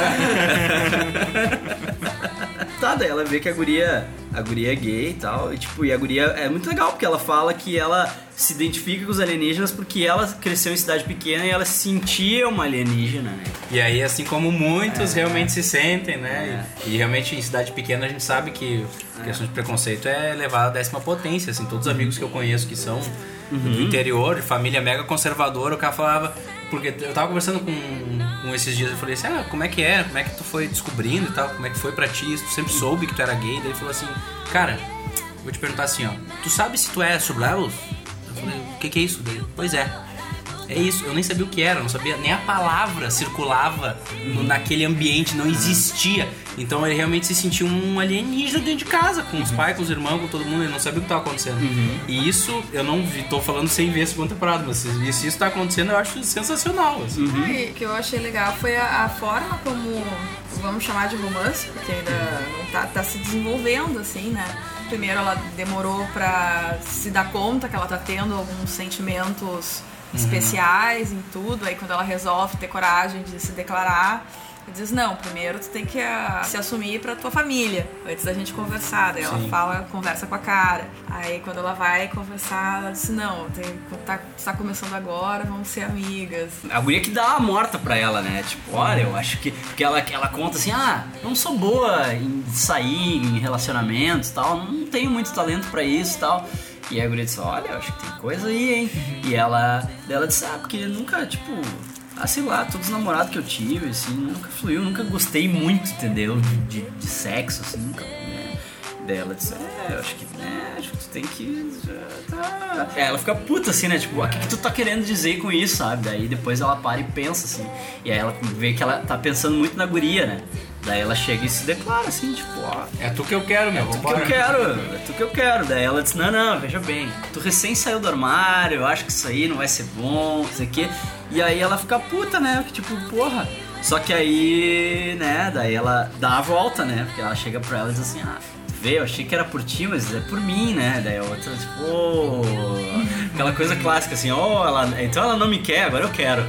Tá, daí ela vê que a guria, a guria é gay e tal, e tipo, e a guria é muito legal, porque ela fala que ela se identifica com os alienígenas porque ela cresceu em cidade pequena e ela se sentia uma alienígena, né? E aí, assim como muitos é. realmente se sentem, né? É. E, e realmente em cidade pequena a gente sabe que a questão de preconceito é levada à décima potência, assim, todos os amigos que eu conheço que são uhum. do interior, de família mega conservadora, o cara falava... Porque eu tava conversando com, com esses dias, eu falei assim, ah, como é que é? Como é que tu foi descobrindo e tal? Como é que foi pra ti? Tu sempre soube que tu era gay? Daí ele falou assim, cara, vou te perguntar assim, ó, tu sabe se tu é sublevels? Eu falei, o que que é isso? Daí, pois é, é isso, eu nem sabia o que era, não sabia, nem a palavra circulava no, naquele ambiente, não existia. Então ele realmente se sentia um alienígena dentro de casa, com os pais, com os irmãos, com todo mundo, ele não sabia o que estava acontecendo. Uhum. E isso, eu não vi, tô falando sem ver a segunda temporada, mas se isso está acontecendo, eu acho sensacional. Assim. Uhum. O que eu achei legal foi a, a forma como, vamos chamar de romance, porque ainda não tá, tá se desenvolvendo, assim, né? Primeiro ela demorou pra se dar conta que ela tá tendo alguns sentimentos especiais em tudo, aí quando ela resolve ter coragem de se declarar, ela diz, não, primeiro tu tem que a, se assumir pra tua família, antes da gente conversar. Daí ela fala, conversa com a cara. Aí quando ela vai conversar, ela diz, não, tem, tá, tá começando agora, vamos ser amigas. A guria que dá a morta pra ela, né? Tipo, olha, eu acho que, que ela, ela conta assim, ah, não sou boa em sair, em relacionamentos e tal, não tenho muito talento pra isso e tal. E a guria disse, olha, acho que tem coisa aí, hein? E ela, ela disse, ah, porque nunca, tipo, ah, sei lá, todos os namorados que eu tive, assim, nunca fluiu, nunca gostei muito, entendeu? De, de sexo, assim, nunca, né? Daí ela disse, é, eu acho que, né, acho que tu tem que... Tá. É, ela fica puta, assim, né? Tipo, o que, que tu tá querendo dizer com isso, sabe? Daí depois ela para e pensa, assim. E aí ela vê que ela tá pensando muito na guria, né? Daí ela chega e se declara assim, tipo, ó... É tu que eu quero, meu. É tu que eu quero, é tu que eu quero. Daí ela diz, não, não, veja bem, tu recém saiu do armário, eu acho que isso aí não vai ser bom, não sei o quê. E aí ela fica puta, né? Que tipo, porra... Só que aí, né, daí ela dá a volta, né? Porque ela chega pra ela e diz assim, ah... Vê, eu achei que era por ti, mas é por mim, né? Daí a outra, tipo, oh, aquela coisa clássica assim, oh, ela, então ela não me quer, agora eu quero.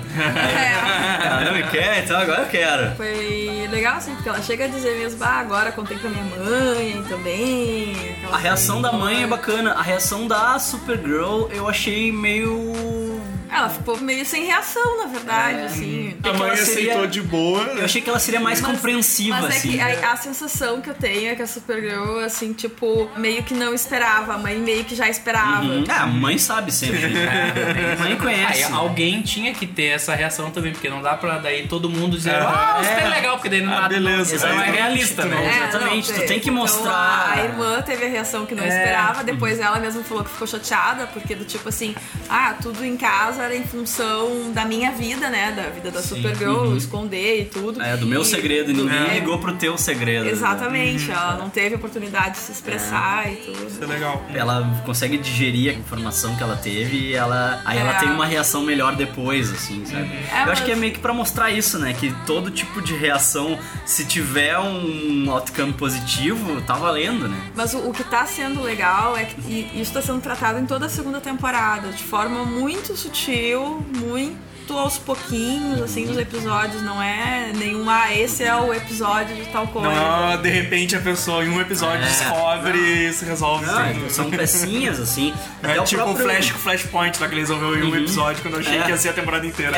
Aí, ela não me quer, então agora eu quero. Foi legal, assim, porque ela chega a dizer mesmo, ah, agora contei pra minha mãe também. A reação da mãe é bacana, a reação da Supergirl eu achei meio... Ela ficou meio sem reação, na verdade, é, assim. A mãe seria... aceitou de boa. Eu achei que ela seria mais mas, compreensiva, mas assim. Mas é que a, a sensação que eu tenho é que a Supergirl, assim, tipo, meio que não esperava. A mãe meio que já esperava. Uhum. Ah, a mãe sabe sempre. É. A mãe conhece. Aí, alguém tinha que ter essa reação também, porque não dá pra daí todo mundo dizer, ah, oh, você é legal, porque daí não ah, dá. Beleza. Não é realista, né? É, exatamente, não, tu tem que mostrar. Então, a irmã teve a reação que não é. esperava, depois uhum. ela mesma falou que ficou chateada, porque do tipo assim, ah, tudo em casa era em função da minha vida, né? Da vida da Supergirl, uhum. esconder e tudo. É, do meu e, segredo, e ninguém é, ligou pro teu segredo. Exatamente, né? Ela não teve oportunidade de se expressar é. e tudo. Isso é legal. Ela consegue digerir a informação que ela teve e ela, aí é. ela tem uma reação melhor depois, assim, sabe? É, Eu mas... acho que é meio que pra mostrar isso, né? Que todo tipo de reação, se tiver um outcome positivo, tá valendo, né? Mas o, o que tá sendo legal é que isso tá sendo tratado em toda a segunda temporada, de forma muito sutil, muito aos pouquinhos, assim, nos episódios. Não é nenhum, ah, esse é o episódio de tal coisa. Não, de repente a pessoa em um episódio é. descobre e se resolve. Não, são pecinhas, assim. É Até tipo o próprio... Flash com Flashpoint, lá que ele resolveu em um uhum. episódio, quando eu achei é. que ia ser a temporada inteira.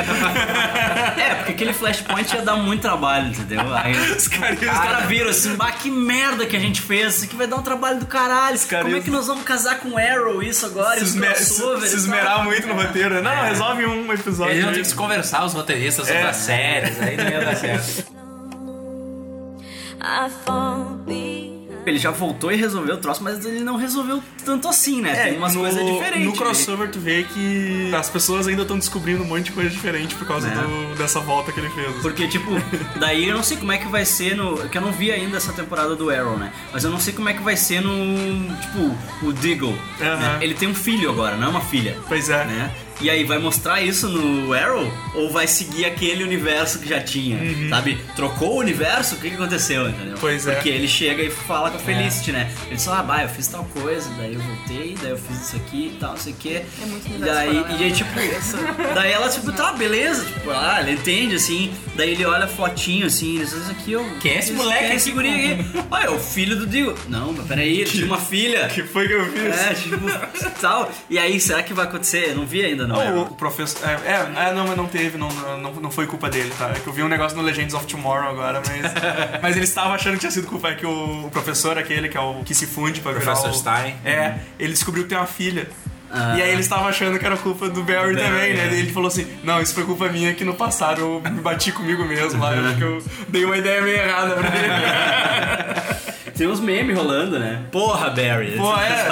É, é, porque aquele Flashpoint ia dar muito trabalho, entendeu? Aí os caras cara viram assim, bah, que merda que a gente fez, isso aqui vai dar um trabalho do caralho. Como é que nós vamos casar com Arrow isso agora? Se, esmer se, se esmerar muito no roteiro, né? Não, é. resolve um episódio. Eles vão ter que se conversar, os roteiristas é. das séries, aí não ia dar certo. Ele já voltou e resolveu o troço, mas ele não resolveu tanto assim, né? É, Tem umas no, coisas diferentes. No crossover tu vê que as pessoas ainda estão descobrindo um monte de coisa diferente por causa É. do, dessa volta que ele fez. Porque, tipo, daí eu não sei como é que vai ser no... Que eu não vi ainda essa temporada do Arrow, né? Mas eu não sei como é que vai ser no... Tipo, o Deagle. Né? Ele tem um filho agora, não é uma filha. Pois é. Né? E aí, vai mostrar isso no Arrow? Ou vai seguir aquele universo que já tinha? Uhum. Sabe? Trocou o universo? O que, que aconteceu, entendeu? Pois é. Porque ele chega e fala com a Felicity, É. né? Ele fala, ah, bah, eu fiz tal coisa, daí eu voltei, daí eu fiz isso aqui e tal, não sei o quê. É muito E universo daí, paralelo e aí, na tipo, cabeça. daí ela, tipo, tá, beleza, tipo, ah, ele entende, assim, daí ele olha a fotinho, assim, ele diz, isso aqui, eu... Quem é esse moleque? Quem é esse guri aqui? Ah, é o filho do Dio. Não, mas peraí, ele tinha uma filha. Que foi que eu fiz? É, tipo, tal. E aí, será que vai acontecer? Eu não vi ainda, não. Não, o professor... É, é, é, não, mas não teve, não, não, não foi culpa dele, tá? É que eu vi um negócio no Legends of Tomorrow agora, mas... mas ele estava achando que tinha sido culpa, é que o, o professor aquele, que é o que se funde pra virar Professor o... Stein. É, ele descobriu que tem uma filha. Ah. E aí ele estava achando que era culpa do Barry, Barry, também, né? é. E ele falou assim, não, isso foi culpa minha que no passado eu me bati comigo mesmo lá. Eu acho que eu dei uma ideia meio errada pra ele. Tem uns memes rolando, né? Porra, Barry. Pô, é.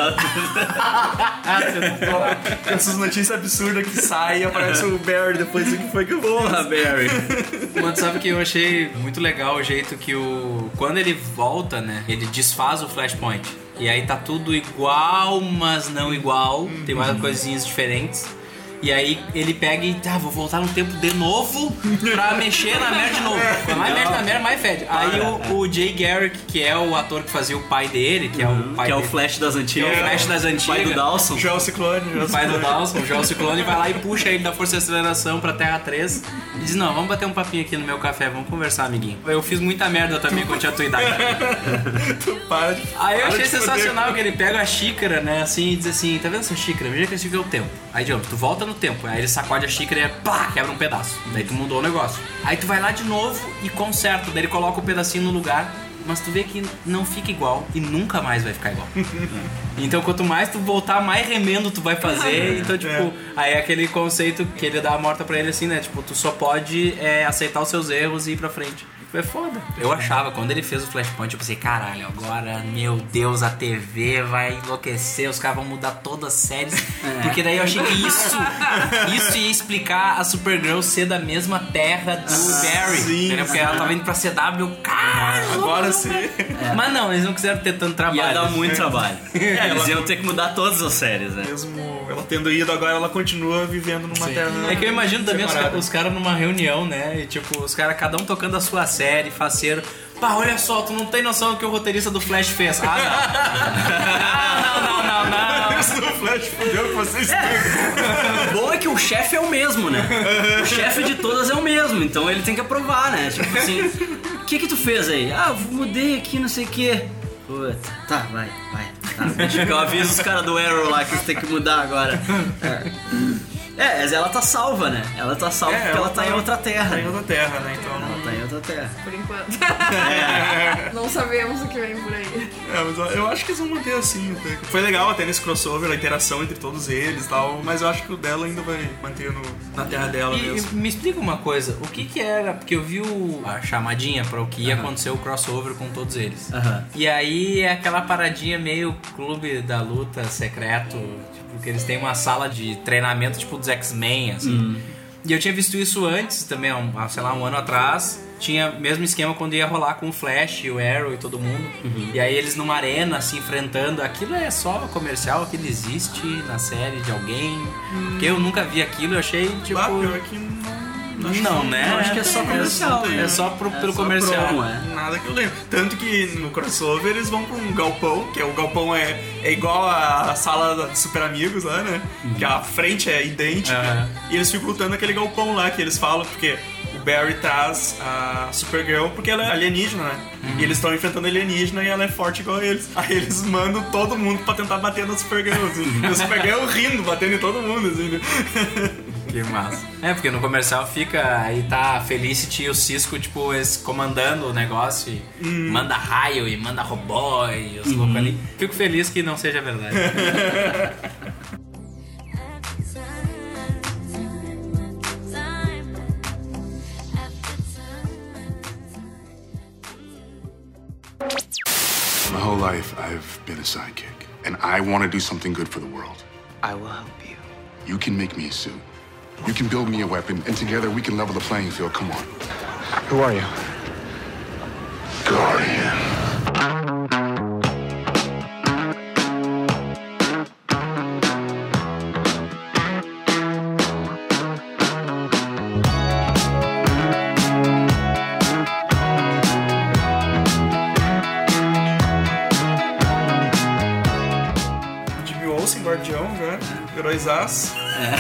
Essas notícias absurdas que saem e aparece o Barry depois do que foi que eu fiz. Porra, Barry. Mano, sabe que eu achei muito legal o jeito que o... Quando ele volta, né? Ele desfaz o Flashpoint. E aí tá tudo igual, mas não igual. Tem mais coisinhas diferentes. E aí ele pega e tá, vou voltar no tempo de novo pra mexer na merda de novo. Quanto mais merda na merda, mais fede. Aí o, o Jay Garrick, que é o ator que fazia o pai dele, que é o pai Que é o dele, Flash das antigas. que é o Flash das antigas. Pai do Dawson. Joel Ciclone. O pai do Dawson, o Joel Ciclone, vai lá e puxa ele da Força de Aceleração pra Terra três e diz, não, vamos bater um papinho aqui no meu café, vamos conversar, amiguinho. Eu fiz muita merda também quando tinha a tua idade. Tu para de... Aí eu para achei de sensacional foder. que ele pega a xícara, né, assim, e diz assim, tá vendo essa xícara? Veja que esse aqui é o tempo. Aí, digamos, tu volta no tempo, aí ele sacode a xícara e pá, quebra um pedaço. Daí tu mudou o negócio. Aí tu vai lá de novo e conserta, daí ele coloca o pedacinho no lugar, mas tu vê que não fica igual e nunca mais vai ficar igual. Então quanto mais tu voltar, mais remendo tu vai fazer. Então, tipo, aí é aquele conceito que ele dá a morta pra ele assim, né? Tipo, tu só pode é, aceitar os seus erros e ir pra frente. É foda. Eu achava, quando ele fez o Flashpoint, eu pensei, caralho, agora, meu Deus, a T V vai enlouquecer, os caras vão mudar todas as séries. É. Porque daí eu achei que isso, isso ia explicar a Supergirl ser da mesma terra do ah, Barry. Sim, entendeu? Porque ela tava indo pra C W, cara. Agora sim. É. Mas não, eles não quiseram ter tanto trabalho. Ia dar muito trabalho. É, eles iam ter que mudar todas as séries, né? Mesmo ela tendo ido, agora ela continua vivendo numa Sim. terra. É que eu imagino também os, separada. os caras numa reunião, né? E tipo, os caras cada um tocando a sua série, faceiro. Pá, olha só, tu não tem noção do que o roteirista do Flash fez. Ah, não. não, não, não, não. Isso do Flash fudeu que vocês é. O bom é que o chefe é o mesmo, né? O chefe de todas é o mesmo, então ele tem que aprovar, né? Tipo assim, o que que tu fez aí? Ah, eu mudei aqui, não sei o que. Puta, tá, vai, vai. Tá, deixa que eu aviso os caras do Arrow lá que você tem que mudar agora. É. É, mas ela tá salva, né? Ela tá salva É, porque ela, ela tá, tá em outra terra. Tá em outra terra, né? Então Ela tá em outra terra. Por enquanto. É. Não sabemos o que vem por aí. É, mas eu, eu acho que eles vão manter assim. Até. Foi legal até nesse crossover, a interação entre todos eles e tal, mas eu acho que o dela ainda vai manter no, na terra dela E mesmo. me explica uma coisa, o que que era, porque eu vi o, a chamadinha para o que ia Uhum. acontecer o crossover com todos eles. Uhum. E aí é aquela paradinha meio clube da luta secreto, tipo, que eles têm uma sala de treinamento tipo dos X-Men, assim. Uhum. E eu tinha visto isso antes também, um, sei lá, um ano atrás. Tinha mesmo esquema quando ia rolar com o Flash, o Arrow e todo mundo. Uhum. E aí eles numa arena, se enfrentando. Aquilo é só comercial, aquilo existe na série de alguém. Hum. Porque eu nunca vi aquilo, eu achei tipo... Bah, pior que não... Não, acho não que, né? Eu acho que é só comercial. É, é só pro, é pelo só comercial. Promo, é. Nada que eu lembro. Tanto que no crossover eles vão pra um galpão, que é, o galpão é, é igual a sala dos Super Amigos lá, né? Uhum. Que a frente é idêntica. Uhum. E eles ficam lutando naquele galpão lá, que eles falam, porque o Barry traz a Supergirl porque ela é alienígena, né? Uhum. E eles estão enfrentando a alienígena e ela é forte igual eles. Aí eles mandam todo mundo pra tentar bater na Supergirl, assim. E a Supergirl rindo, batendo em todo mundo, assim, né? Que massa. É, porque no comercial fica, aí tá a Felicity e o Cisco, tipo, eles comandando o negócio e hum. manda raio e manda robô e os uhum. loucos ali. Fico feliz que não seja verdade. My whole life, I've been a sidekick. And I want to do something good for the world. I will help you. You can make me a suit. You can build me a weapon, and together we can level the playing field. Come on. Who are you? Guardian. Guardião, né? Heróizaço. É.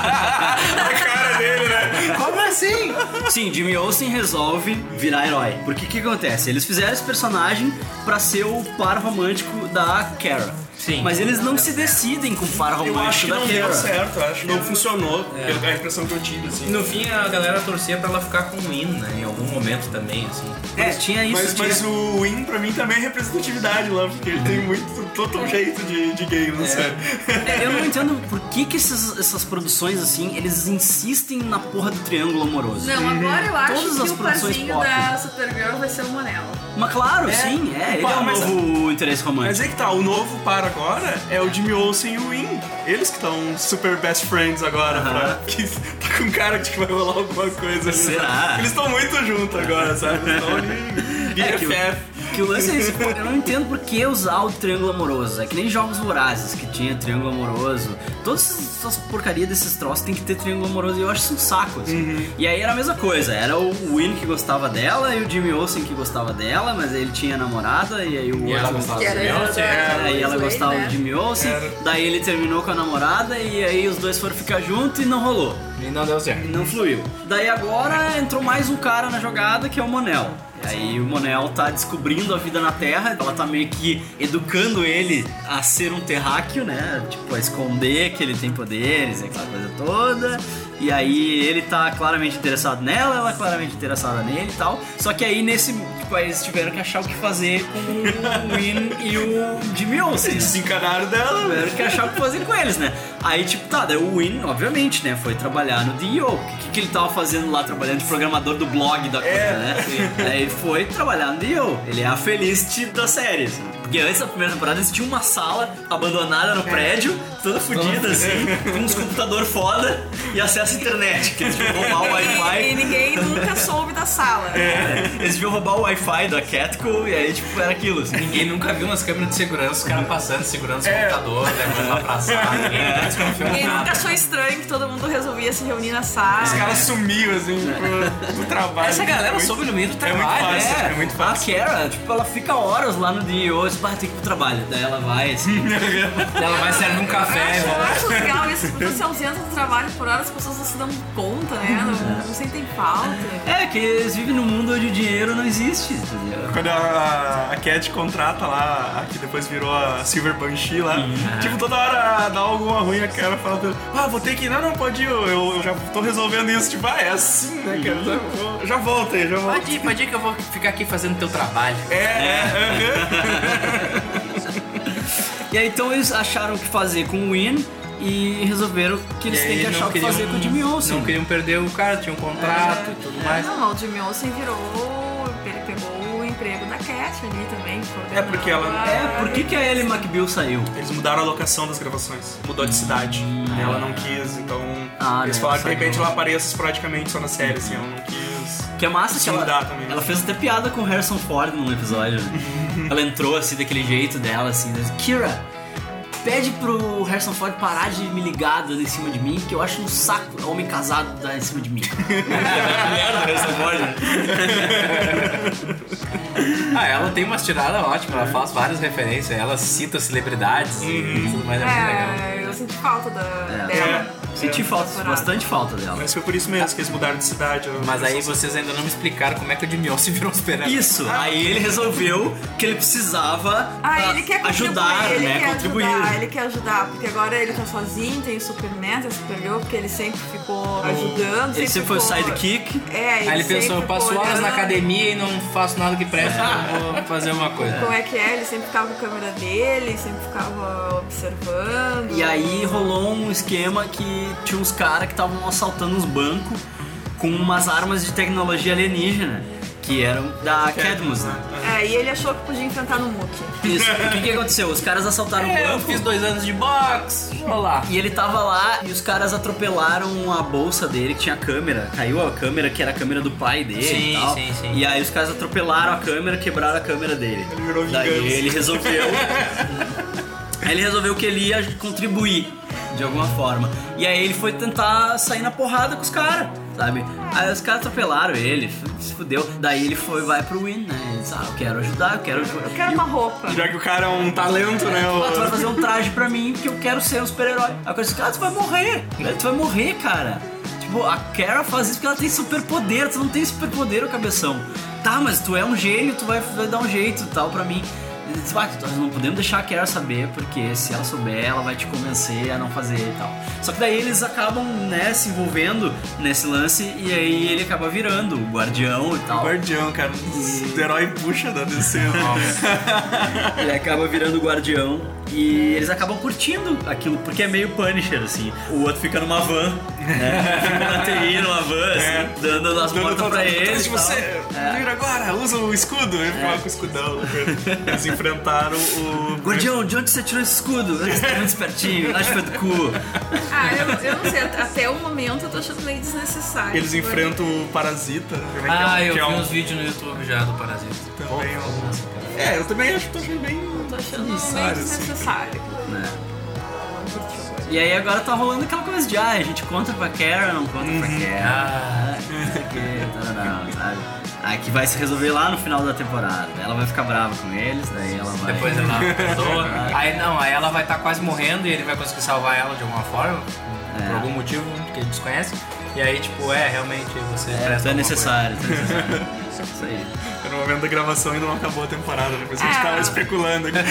A cara dele, né? Como assim? Sim, Jimmy Olsen resolve virar herói. Porque o que acontece? Eles fizeram esse personagem pra ser o par romântico da Kara. Sim. Mas eles não se decidem com o par romântico eu acho que da não Kara. deu certo, eu acho que não funcionou. É. Pela impressão que eu tive, assim. No fim, a galera torcia pra ela ficar com o Win, né? Em algum momento também, assim. É, tinha isso. Mas, tinha... mas o Win, pra mim, também é representatividade lá, porque ele tem muito, todo jeito de, de gay, não é. sei. É, eu não entendo por que, que esses, essas produções, assim, eles insistem na porra do triângulo amoroso. Não, agora eu acho Todas que as o produções parzinho pop. da Supergirl vai ser o Manel. Mas claro, É. sim, é. Ele Pá, é o mas- novo interesse romântico. Mas é que tá, o novo par agora é o Jimmy Olsen e o Win. Eles que estão super best friends agora. Aham. Pra, que tá com cara de que vai rolar alguma coisa ali. Será? Sabe? Eles estão muito juntos agora, sabe? Eles estão ali. É, que, B F F. o- que o lance é isso, pô, eu não entendo por que usar o triângulo amoroso. É que nem Jogos Vorazes, que tinha triângulo amoroso. Todas essas porcarias desses troços tem que ter triângulo amoroso e eu acho isso um saco, assim. Uhum. E aí era a mesma coisa, era o Win que gostava dela e o Jimmy Olsen que gostava dela, mas ele tinha namorada e aí o E ela outro gostava gostava do Jimmy Olsen, É, aí ela Lois Lane, gostava né? do Jimmy Olsen, Era. daí ele terminou com a namorada e aí os dois foram ficar juntos e não rolou. E não deu certo. Não fluiu. Daí agora entrou mais um cara na jogada que é o Monel. E aí o Monel tá descobrindo a vida na Terra, ela tá meio que educando ele a ser um terráqueo, né? Tipo, a esconder que ele tem poderes e aquela coisa toda. E aí ele tá claramente interessado nela, ela claramente interessada nele e tal. Só que aí nesse, tipo, aí eles tiveram que achar o que fazer com o Win e o Jimmy Olsen. Eles se encanaram dela. Tiveram que achar o que fazer com eles, né? Aí, tipo, tá, daí o Win, obviamente, né, foi trabalhar no D E O. O que, que ele tava fazendo lá, trabalhando de programador do blog da coisa, É. né? Aí ele foi trabalhar no D E O. Ele é a Felicity da série, assim. Porque antes da primeira temporada eles tinham uma sala abandonada no prédio, toda fodida, assim, com uns computador foda e acesso à internet, que eles deviam roubar o E Wi-Fi. ninguém nunca soube da sala. É, eles deviam roubar o Wi-Fi da Catco e aí, tipo, era aquilo, assim. Ninguém nunca viu nas câmeras de segurança os caras passando, segurando os É. computadores, levando lá pra sala. Ninguém É. nunca desconfiou Ninguém nunca nada. achou estranho que todo mundo resolvia se reunir na sala. Os caras sumiam, assim, pro, pro trabalho. Essa galera Muito- soube no meio do É muito trabalho. fácil, É, é muito fácil. A Kara, tipo, ela fica horas lá no D E O, tipo, ah, tem que ir pro trabalho. Daí ela vai, assim. Ela vai servir um café e Eu volta. acho legal isso, porque você ausenta do trabalho por horas, as pessoas não se dão conta, né? Não, não sentem falta. É, que eles vivem num mundo onde o dinheiro não existe, entendeu? Quando a, a Cat contrata lá, a que depois virou a Silver Banshee lá, tipo, toda hora dá alguma ruim, a cara fala pra ele, ah, vou ter que ir, não, não, pode ir, eu, eu já tô resolvendo isso, tipo, ah, é assim, né, cara, já, vou- já volto aí, já volto. Pode ir, pode ir que eu vou ficar aqui fazendo teu trabalho. É, é, E aí então eles acharam o que fazer com o Win e resolveram que eles E têm aí que não achar o que queriam- fazer com o Jimmy Olsen. Não queriam perder o cara, tinha um contrato e tudo mais. Não, o Jimmy Olsen virou. Ele pegou o emprego da Cat ali também. É porque ela- É, por que, que a Ellie McBeal saiu? Eles mudaram a locação das gravações, mudou de cidade, ela não quis, então Ah, eles né, falaram que de repente saiu. ela apareça esporadicamente só na série, assim, ela não quis Que é massa se que ela, mudar também. ela fez até piada com o Harrison Ford num episódio. Né? Ela entrou assim, daquele jeito dela, assim, né? Kira, pede pro Harrison Ford parar de me ligar dando em cima de mim, que eu acho um saco homem casado dar em cima de mim. Merda, Harrison Ford. Ah, ela tem umas tiradas ótimas, ela faz várias referências, ela cita celebridades e tudo mais, é muito legal. É, eu senti falta da, É. dela. Senti falta, bastante falta dela. Mas foi por isso mesmo que eles mudaram de cidade. Mas aí vocês ainda não me explicaram como é que o Jimmy Olsen virou um super-herói. Isso, aí ele resolveu que ele precisava Ah, ele quer ajudar, contribuir, ele né? quer Contribuir. ajudar, ele quer ajudar, porque agora ele tá sozinho, tem o Superman, tem o Supergirl, porque ele sempre ficou ajudando. Ele sempre foi o ficou- sidekick. É, ele Aí ele pensou, sempre eu passo ficou horas na olhando academia e não faço nada que preste, eu vou fazer uma coisa. Como é que é, ele sempre ficava com a câmera dele, sempre ficava observando. E aí rolou um esquema que tinha uns caras que estavam assaltando uns bancos com umas armas de tecnologia alienígena, que eram da Cadmus, né? É, e ele achou que podia enfrentar no Mook. Isso. O que, que aconteceu? Os caras assaltaram o É, banco. eu fiz dois anos de boxe. Vamos lá. E ele tava lá e os caras atropelaram a bolsa dele que tinha câmera. Caiu a câmera que era a câmera do pai dele Sim, e tal. sim, sim. E aí os caras atropelaram a câmera, quebraram a câmera dele. Ele virou Daí vingança. ele resolveu. Aí ele resolveu que ele ia contribuir de alguma forma. E aí ele foi tentar sair na porrada com os caras, sabe? Aí os caras atropelaram ele, se fudeu. Daí ele foi, vai pro Win, né? Ele disse, ah, eu quero ajudar, eu quero... Eu quero uma roupa. Já que o cara é um talento, né? Ah, tu vai fazer um traje pra mim porque eu quero ser um super-herói. Aí eu disse, cara, tu vai morrer. Tu vai morrer, cara. Tipo, a Kara faz isso porque ela tem superpoder. Tu não tem superpoder, ô cabeção. Tá, mas tu é um gênio, tu vai, vai dar um jeito e tal pra mim. Ele disse, ah, nós não podemos deixar a Kara saber, porque se ela souber, ela vai te convencer a não fazer e tal. Só que daí eles acabam, né, se envolvendo nesse lance e aí ele acaba virando o guardião e tal. O guardião, cara. O herói puxa da D C. Ele acaba virando o guardião e eles acabam curtindo aquilo, porque é meio Punisher, assim. O outro fica numa van, né? Fica na T I, numa van, assim, É. dando as portas pra eles. Se e tal. você É. vira agora, usa o escudo. Ele ficava com o escudão. Eles enfrentaram o... Guardião, de onde você tirou esse escudo? Você tá muito espertinho, acho que foi do cu. Ah, eu, eu não sei, até o momento eu tô achando meio desnecessário. Eles enfrentam o Parasita. Né, que Ah, é, eu que vi é um... uns vídeos no YouTube já do Parasita. Também é um... É, eu também acho que tô achando bem... Tô achando meio desnecessário, assim. desnecessário. Né? E aí agora tá rolando aquela coisa de, ah, a gente conta pra Kara, não conta pra Kara. Ah, não sei o que, não, não, sabe? Aí que vai se resolver lá no final da temporada. Ela vai ficar brava com eles, daí ela vai... Depois ela perdoa. Aí não, aí ela vai estar quase morrendo e ele vai conseguir salvar ela de alguma forma, É. por algum motivo que ele desconhece. E aí, tipo, é, realmente você É, presta isso é alguma necessário, isso é necessário. Isso aí. No momento da gravação ainda não acabou a temporada, depois a gente Ah. tava especulando aqui.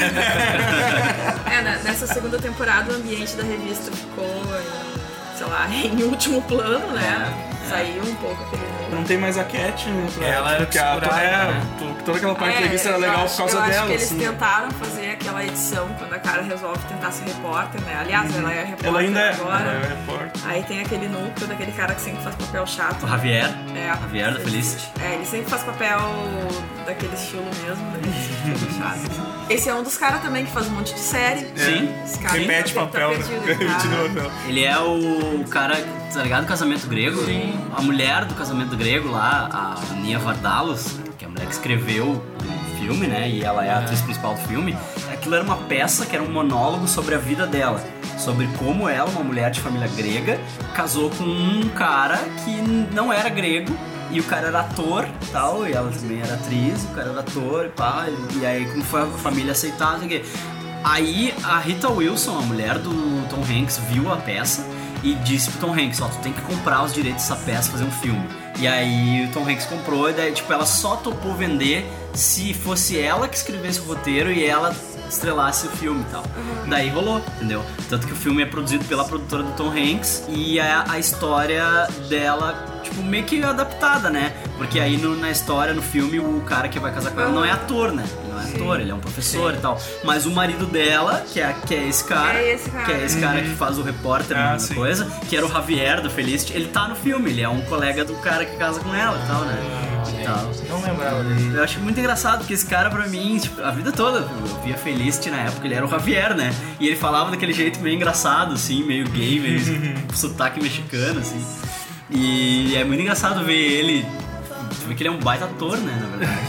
É, né, nessa segunda temporada o ambiente da revista ficou, em, sei lá, em último plano, né? Saiu um pouco aquele... Não tem mais a Cat, né? Pra, Ela era porque a, segurada, é, né? to- toda aquela parte É, da revista era eu legal acho- por causa eu dela. acho que eles assim. tentaram fazer aquela edição quando a cara resolve tentar ser repórter, né? Aliás, ela é repórter Ela ainda é, agora. ela é repórter. Aí tem aquele núcleo daquele cara que sempre faz papel chato. O Javier. É, Javier da Felicity. É, ele sempre faz papel daquele estilo mesmo, daquele estilo chato. Esse é um dos caras também que faz um monte de série. Sim. Esse cara Repete tá- papel, tá né? perdido, Repete cara. papel. Ele é o cara, tá ligado? Do Casamento Grego. Sim. A mulher do Casamento Grego lá, a Nia Vardalos, que é a mulher que escreveu o filme, né? E ela é a atriz principal do filme. Aquilo era uma peça que era um monólogo sobre a vida dela. Sobre como ela, uma mulher de família grega, casou com um cara que não era grego. E o cara era ator e tal, e ela também era atriz, o cara era ator e pá. E aí como foi a família aceitar, não sei o quê. Aí a Rita Wilson, a mulher do Tom Hanks, viu a peça e disse pro Tom Hanks, ó, tu tem que comprar os direitos dessa peça e fazer um filme. E aí o Tom Hanks comprou e daí, tipo, ela só topou vender se fosse ela que escrevesse o roteiro e ela estrelasse o filme e tal. Uhum. Daí rolou, entendeu? Tanto que o filme é produzido pela produtora do Tom Hanks e a, a história dela, tipo, meio que adaptada, né? Porque aí no, na história, no filme, o cara que vai casar com ela não é ator, né? Ele não é ator, ele é um professor Sim. e tal. Mas o marido dela, que é, que é esse cara, É esse cara. que é esse cara que faz o repórter, Ah, na sim. coisa, que era o Javier do Felicity, ele tá no filme, ele é um colega do cara que casa com ela e tal, né? E tal. Não lembrava disso. Eu acho muito engraçado, porque esse cara, pra mim, tipo, a vida toda, eu via Felicity na época, ele era o Javier, né? E ele falava daquele jeito meio engraçado, assim, meio gay, meio sotaque mexicano, assim. E é muito engraçado ver ele, tu vê que ele é um baita ator, né, na verdade.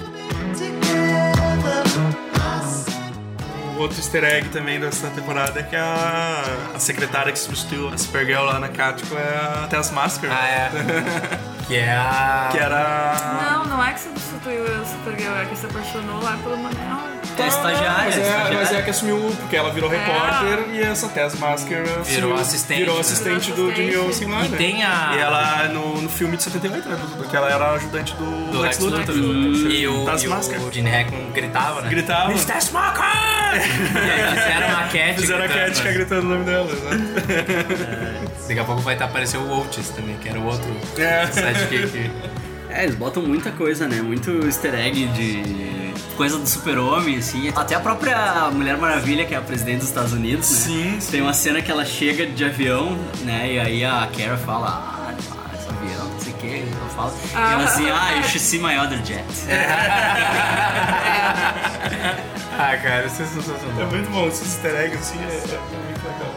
O outro easter egg também dessa temporada é que a, a secretária que substituiu a Supergirl lá na Cático é a Tess Masker. Ah, é. Que é a... Que era... Não, não é que substituiu o Supergirl, é que se apaixonou lá pelo Manel. É estagiária, Mas é é, estagiária. mas é que assumiu, porque ela virou É. repórter e essa Tess Masker Virou assumiu- assistente, virou né? assistente Virou do Jimmy assistente. Olsen lá, E né? tem a- E ela, no, no filme de setenta e oito, né? Porque ela era ajudante do, do Lex Luthor. E o, Tess e o Masker. Gene Hackman gritava, né? Gritava. Tess Masker! E aí fizeram a Cat Fizeram a gritando, Cat né? gritando o nome dela, né? Daqui a pouco vai estar aparecendo o Otis também, que era o outro É. sidekick. É, eles botam muita coisa, né? Muito easter egg de coisa do super-homem, assim. Até a própria Mulher Maravilha, que é a presidente dos Estados Unidos, né? Sim, Tem uma cena que ela chega de avião, né? E aí a Kara fala, ah, esse avião, não sei o o que, ela fala. Ah. E ela assim, ah, you should see my other jet. Ah, cara, isso é sensacional. É muito bom, esses easter eggs assim, é, é muito legal.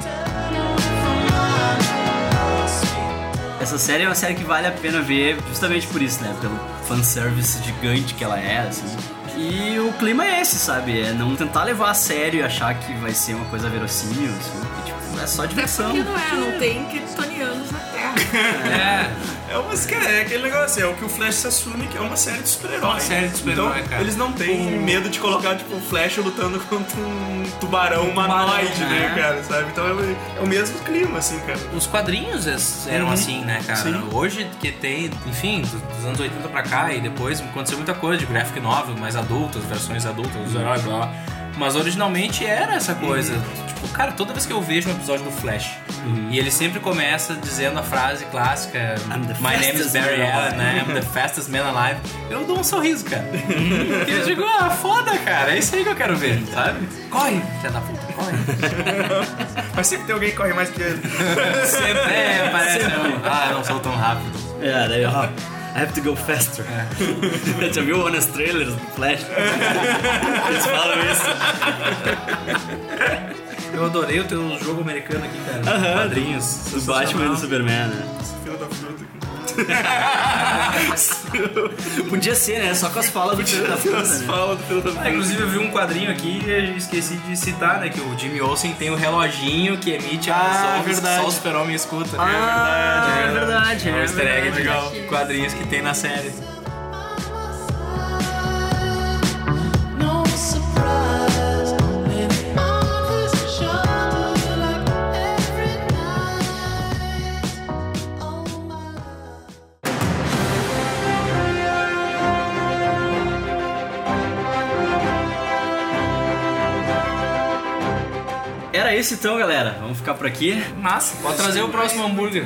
Essa série é uma série que vale a pena ver justamente por isso, né? Pelo fanservice gigante que ela é, assim. E o clima é esse, sabe? É não tentar levar a sério e achar que vai ser uma coisa verossímil, assim. E, tipo, é só diversão. Até porque não é, não tem kryptonianos na Terra. É. É, uma, cara, é aquele negócio, é o que o Flash se assume que é uma série de super-herói. Uma série de super-herói, então, cara. eles não têm O- medo de colocar, tipo, o Flash lutando contra um tubarão humanoide, né, é. cara, sabe? Então é, é o mesmo clima, assim, cara. Os quadrinhos es- eram Uhum. assim, né, cara? Sim. Hoje que tem, enfim, dos dos anos oitenta pra cá e depois aconteceu muita coisa de graphic novel, mais adultas, versões adultas dos heróis, blá, blá. Mas originalmente era essa coisa. Tipo, cara, toda vez que eu vejo um episódio do Flash e ele sempre começa dizendo a frase clássica My name is fastest Barry man Allen, né? I'm the fastest man alive. Eu dou um sorriso, cara. Porque eu digo, ah, foda, cara. É isso aí que eu quero ver, sabe? Corre, filha da puta, corre. Mas sempre tem alguém que corre mais que ele. Sempre, é, parece. Não. Ah, eu não sou tão rápido. É, daí, ó. I have to go faster. É. Já viu Honest Trailers do Flash? Eles falam isso. Eu adorei o teu jogo americano aqui, cara. Aham. Quadrinhos. Do Batman e do Superman, né? Filho da fruta. Podia ser, né? Só com as falas do filho da fruta, As né? falas do filho da Ah, fruta. inclusive eu vi um quadrinho aqui e esqueci de citar, né? Que o Jimmy Olsen tem o reloginho que emite Ah, as ondas que verdade. só o Super-Homem escuta. Ah, é verdade, É um é easter egg verdade. legal. Quadrinhos que tem na série. Era isso então, galera. Vamos ficar por aqui. Massa, pode trazer o próximo hambúrguer.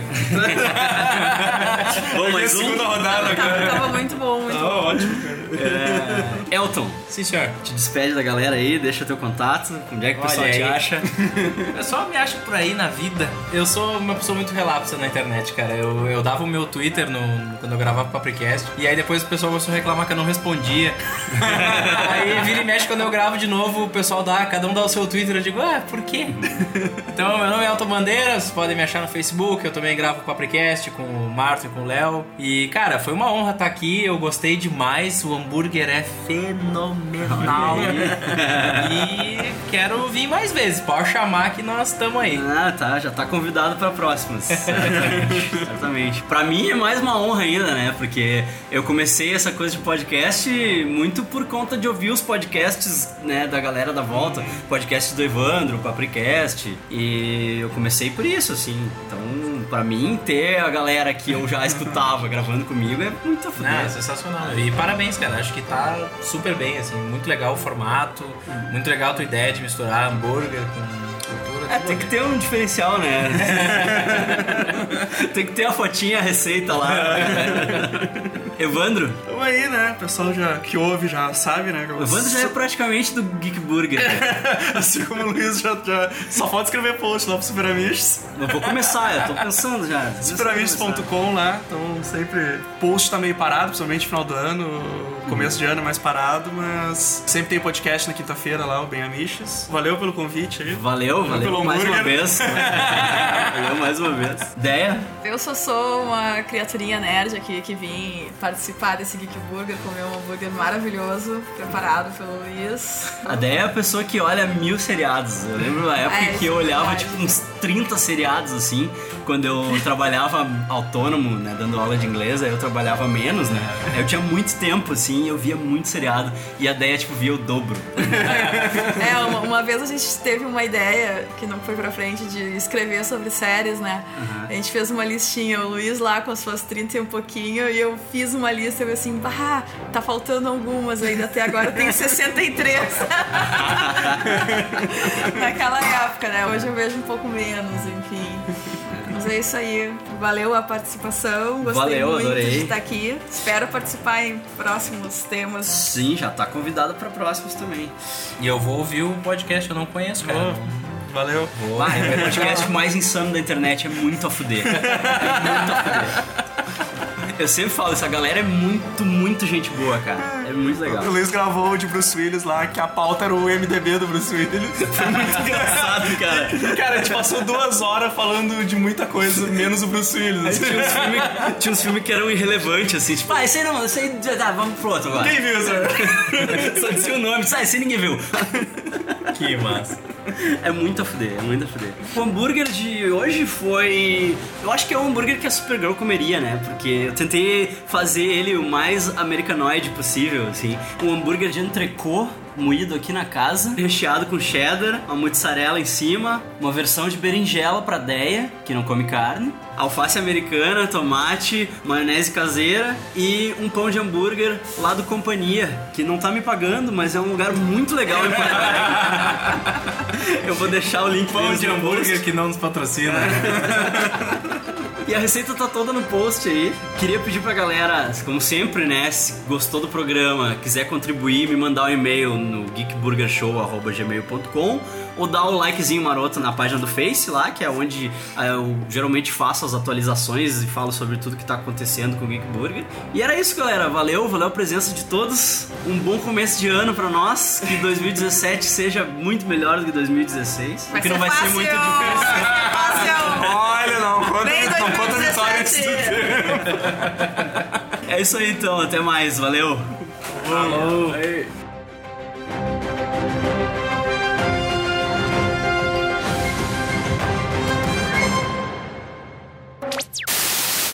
Bom, mais É a um. segunda rodada, cara. Tava muito bom, muito Tá bom. ótimo, cara. É, Elton, Sim, senhor. te despede da galera aí, deixa teu contato, onde é que o pessoal Olha te aí. acha. O pessoal me acha por aí na vida. Eu sou uma pessoa muito relapsa na internet, cara. Eu, eu dava o meu Twitter no, quando eu gravava o Papricast. E aí depois o pessoal começou a reclamar que eu não respondia. Aí vira e mexe quando eu gravo de novo, o pessoal dá, cada um dá o seu Twitter. Eu digo, ah, por quê? Então, meu nome é Elton Bandeiras, vocês podem me achar no Facebook. Eu também gravo o Papricast com o Marto e com o Léo. E, cara, foi uma honra estar aqui. Eu gostei demais. O hambúrguer é fenomenal. E quero vir mais vezes. Pode chamar que nós estamos aí. Ah, tá, já tá convidado pra próximas. Certamente, certamente. Pra mim é mais uma honra ainda, né? Porque eu comecei essa coisa de podcast muito por conta de ouvir os podcasts, né, da galera da volta. Podcast do Evandro, o Papricast. E eu comecei por isso, assim. Então, pra mim, ter a galera que eu já escutava gravando comigo é muito a fuder. Não, é sensacional. E parabéns, cara. Acho que tá super bem, assim. Muito legal o formato. Muito legal a tua ideia de misturar hambúrguer com cultura. É, tem que ter um diferencial, né? Tem que ter a fotinha, a receita lá. Evandro? Tamo aí, né? O pessoal já, que ouve já sabe, né? O Evandro já é praticamente do Geek Burger. Assim como o Luiz já, já... Só falta escrever post lá pro Super Amigos. Eu vou começar, eu tô pensando já. super amigos ponto com lá, então sempre... Post tá meio parado, principalmente no final do ano, começo de ano é mais parado, mas sempre tem podcast na quinta-feira lá, o Bem Amiches. Valeu pelo convite aí. Valeu, valeu pelo mais uma hambúrguer. vez. Valeu mais uma vez. Ideia? Eu só sou uma criaturinha nerd aqui que vim participar desse Geek Burger, comer um hambúrguer maravilhoso, preparado pelo Luiz. A ideia é a pessoa que olha mil seriados. Eu lembro na época É, que eu olhava verdade. tipo uns trinta seriados assim, quando eu trabalhava autônomo, né, dando aula de inglês, aí eu trabalhava menos, né? Eu tinha muito tempo assim, eu via muito seriado e a ideia tipo via o dobro. É, uma, uma vez a gente teve uma ideia, que não foi pra frente, de escrever sobre séries, né? Uhum. A gente fez uma listinha, o Luiz lá com as suas trinta e um pouquinho, e eu fiz uma lista, eu falei assim, bah, tá faltando algumas ainda, até agora tem sessenta e três. Naquela época, né? Hoje eu vejo um pouco menos, enfim. Mas é isso aí. Valeu a participação. Gostei Valeu, muito adorei. de estar aqui. Espero participar em próximos temas. Sim, já tá convidado pra próximos também. E eu vou ouvir o podcast, eu não conheço, cara. Valeu. Vai, é o podcast mais insano da internet, é muito a fuder. É muito a fuder. Eu sempre falo, essa galera é muito, muito gente boa, cara. É muito legal. O Luiz gravou de Bruce Willis lá, que a pauta era o M D B do Bruce Willis. Foi muito engraçado, cara. Cara, a gente passou duas horas falando de muita coisa, menos o Bruce Willis. Assim. Tinha uns filmes tinha uns filme que eram irrelevantes, assim, tipo, ah, esse aí não, esse aí, tá, vamos pro outro agora. Ninguém viu, senhor. Só dizia o nome, ah, esse aí ninguém viu. Que massa. É muito a fuder, é muito a fuder. O hambúrguer de hoje foi... Eu acho que é um hambúrguer que a Supergirl comeria, né? Porque eu tentei fazer ele o mais americanoide possível, assim. Um hambúrguer de entrecô moído aqui na casa, recheado com cheddar, uma mozzarella em cima, uma versão de berinjela pra Deia, que não come carne, alface americana, tomate, maionese caseira e um pão de hambúrguer lá do Companhia, que não tá me pagando, mas é um lugar muito legal em Porto Alegre. Eu vou deixar o link pão de hambúrguer que não nos patrocina. E a receita tá toda no post aí. Queria pedir pra galera, como sempre, né, se gostou do programa, quiser contribuir, me mandar um e-mail no geekburgershow arroba gmail ponto com ou dar o likezinho maroto na página do Face lá, que é onde eu geralmente faço as atualizações e falo sobre tudo que tá acontecendo com o Geek Burger. E era isso, galera. Valeu, valeu a presença de todos. Um bom começo de ano pra nós. Que dois mil e dezessete seja muito melhor do que dois mil e dezesseis. Vai que ser não vai fácil. ser muito difícil. Olha, não conta, Vem não conta a vitória antes do É isso aí então, até mais, valeu. Falou. Aí.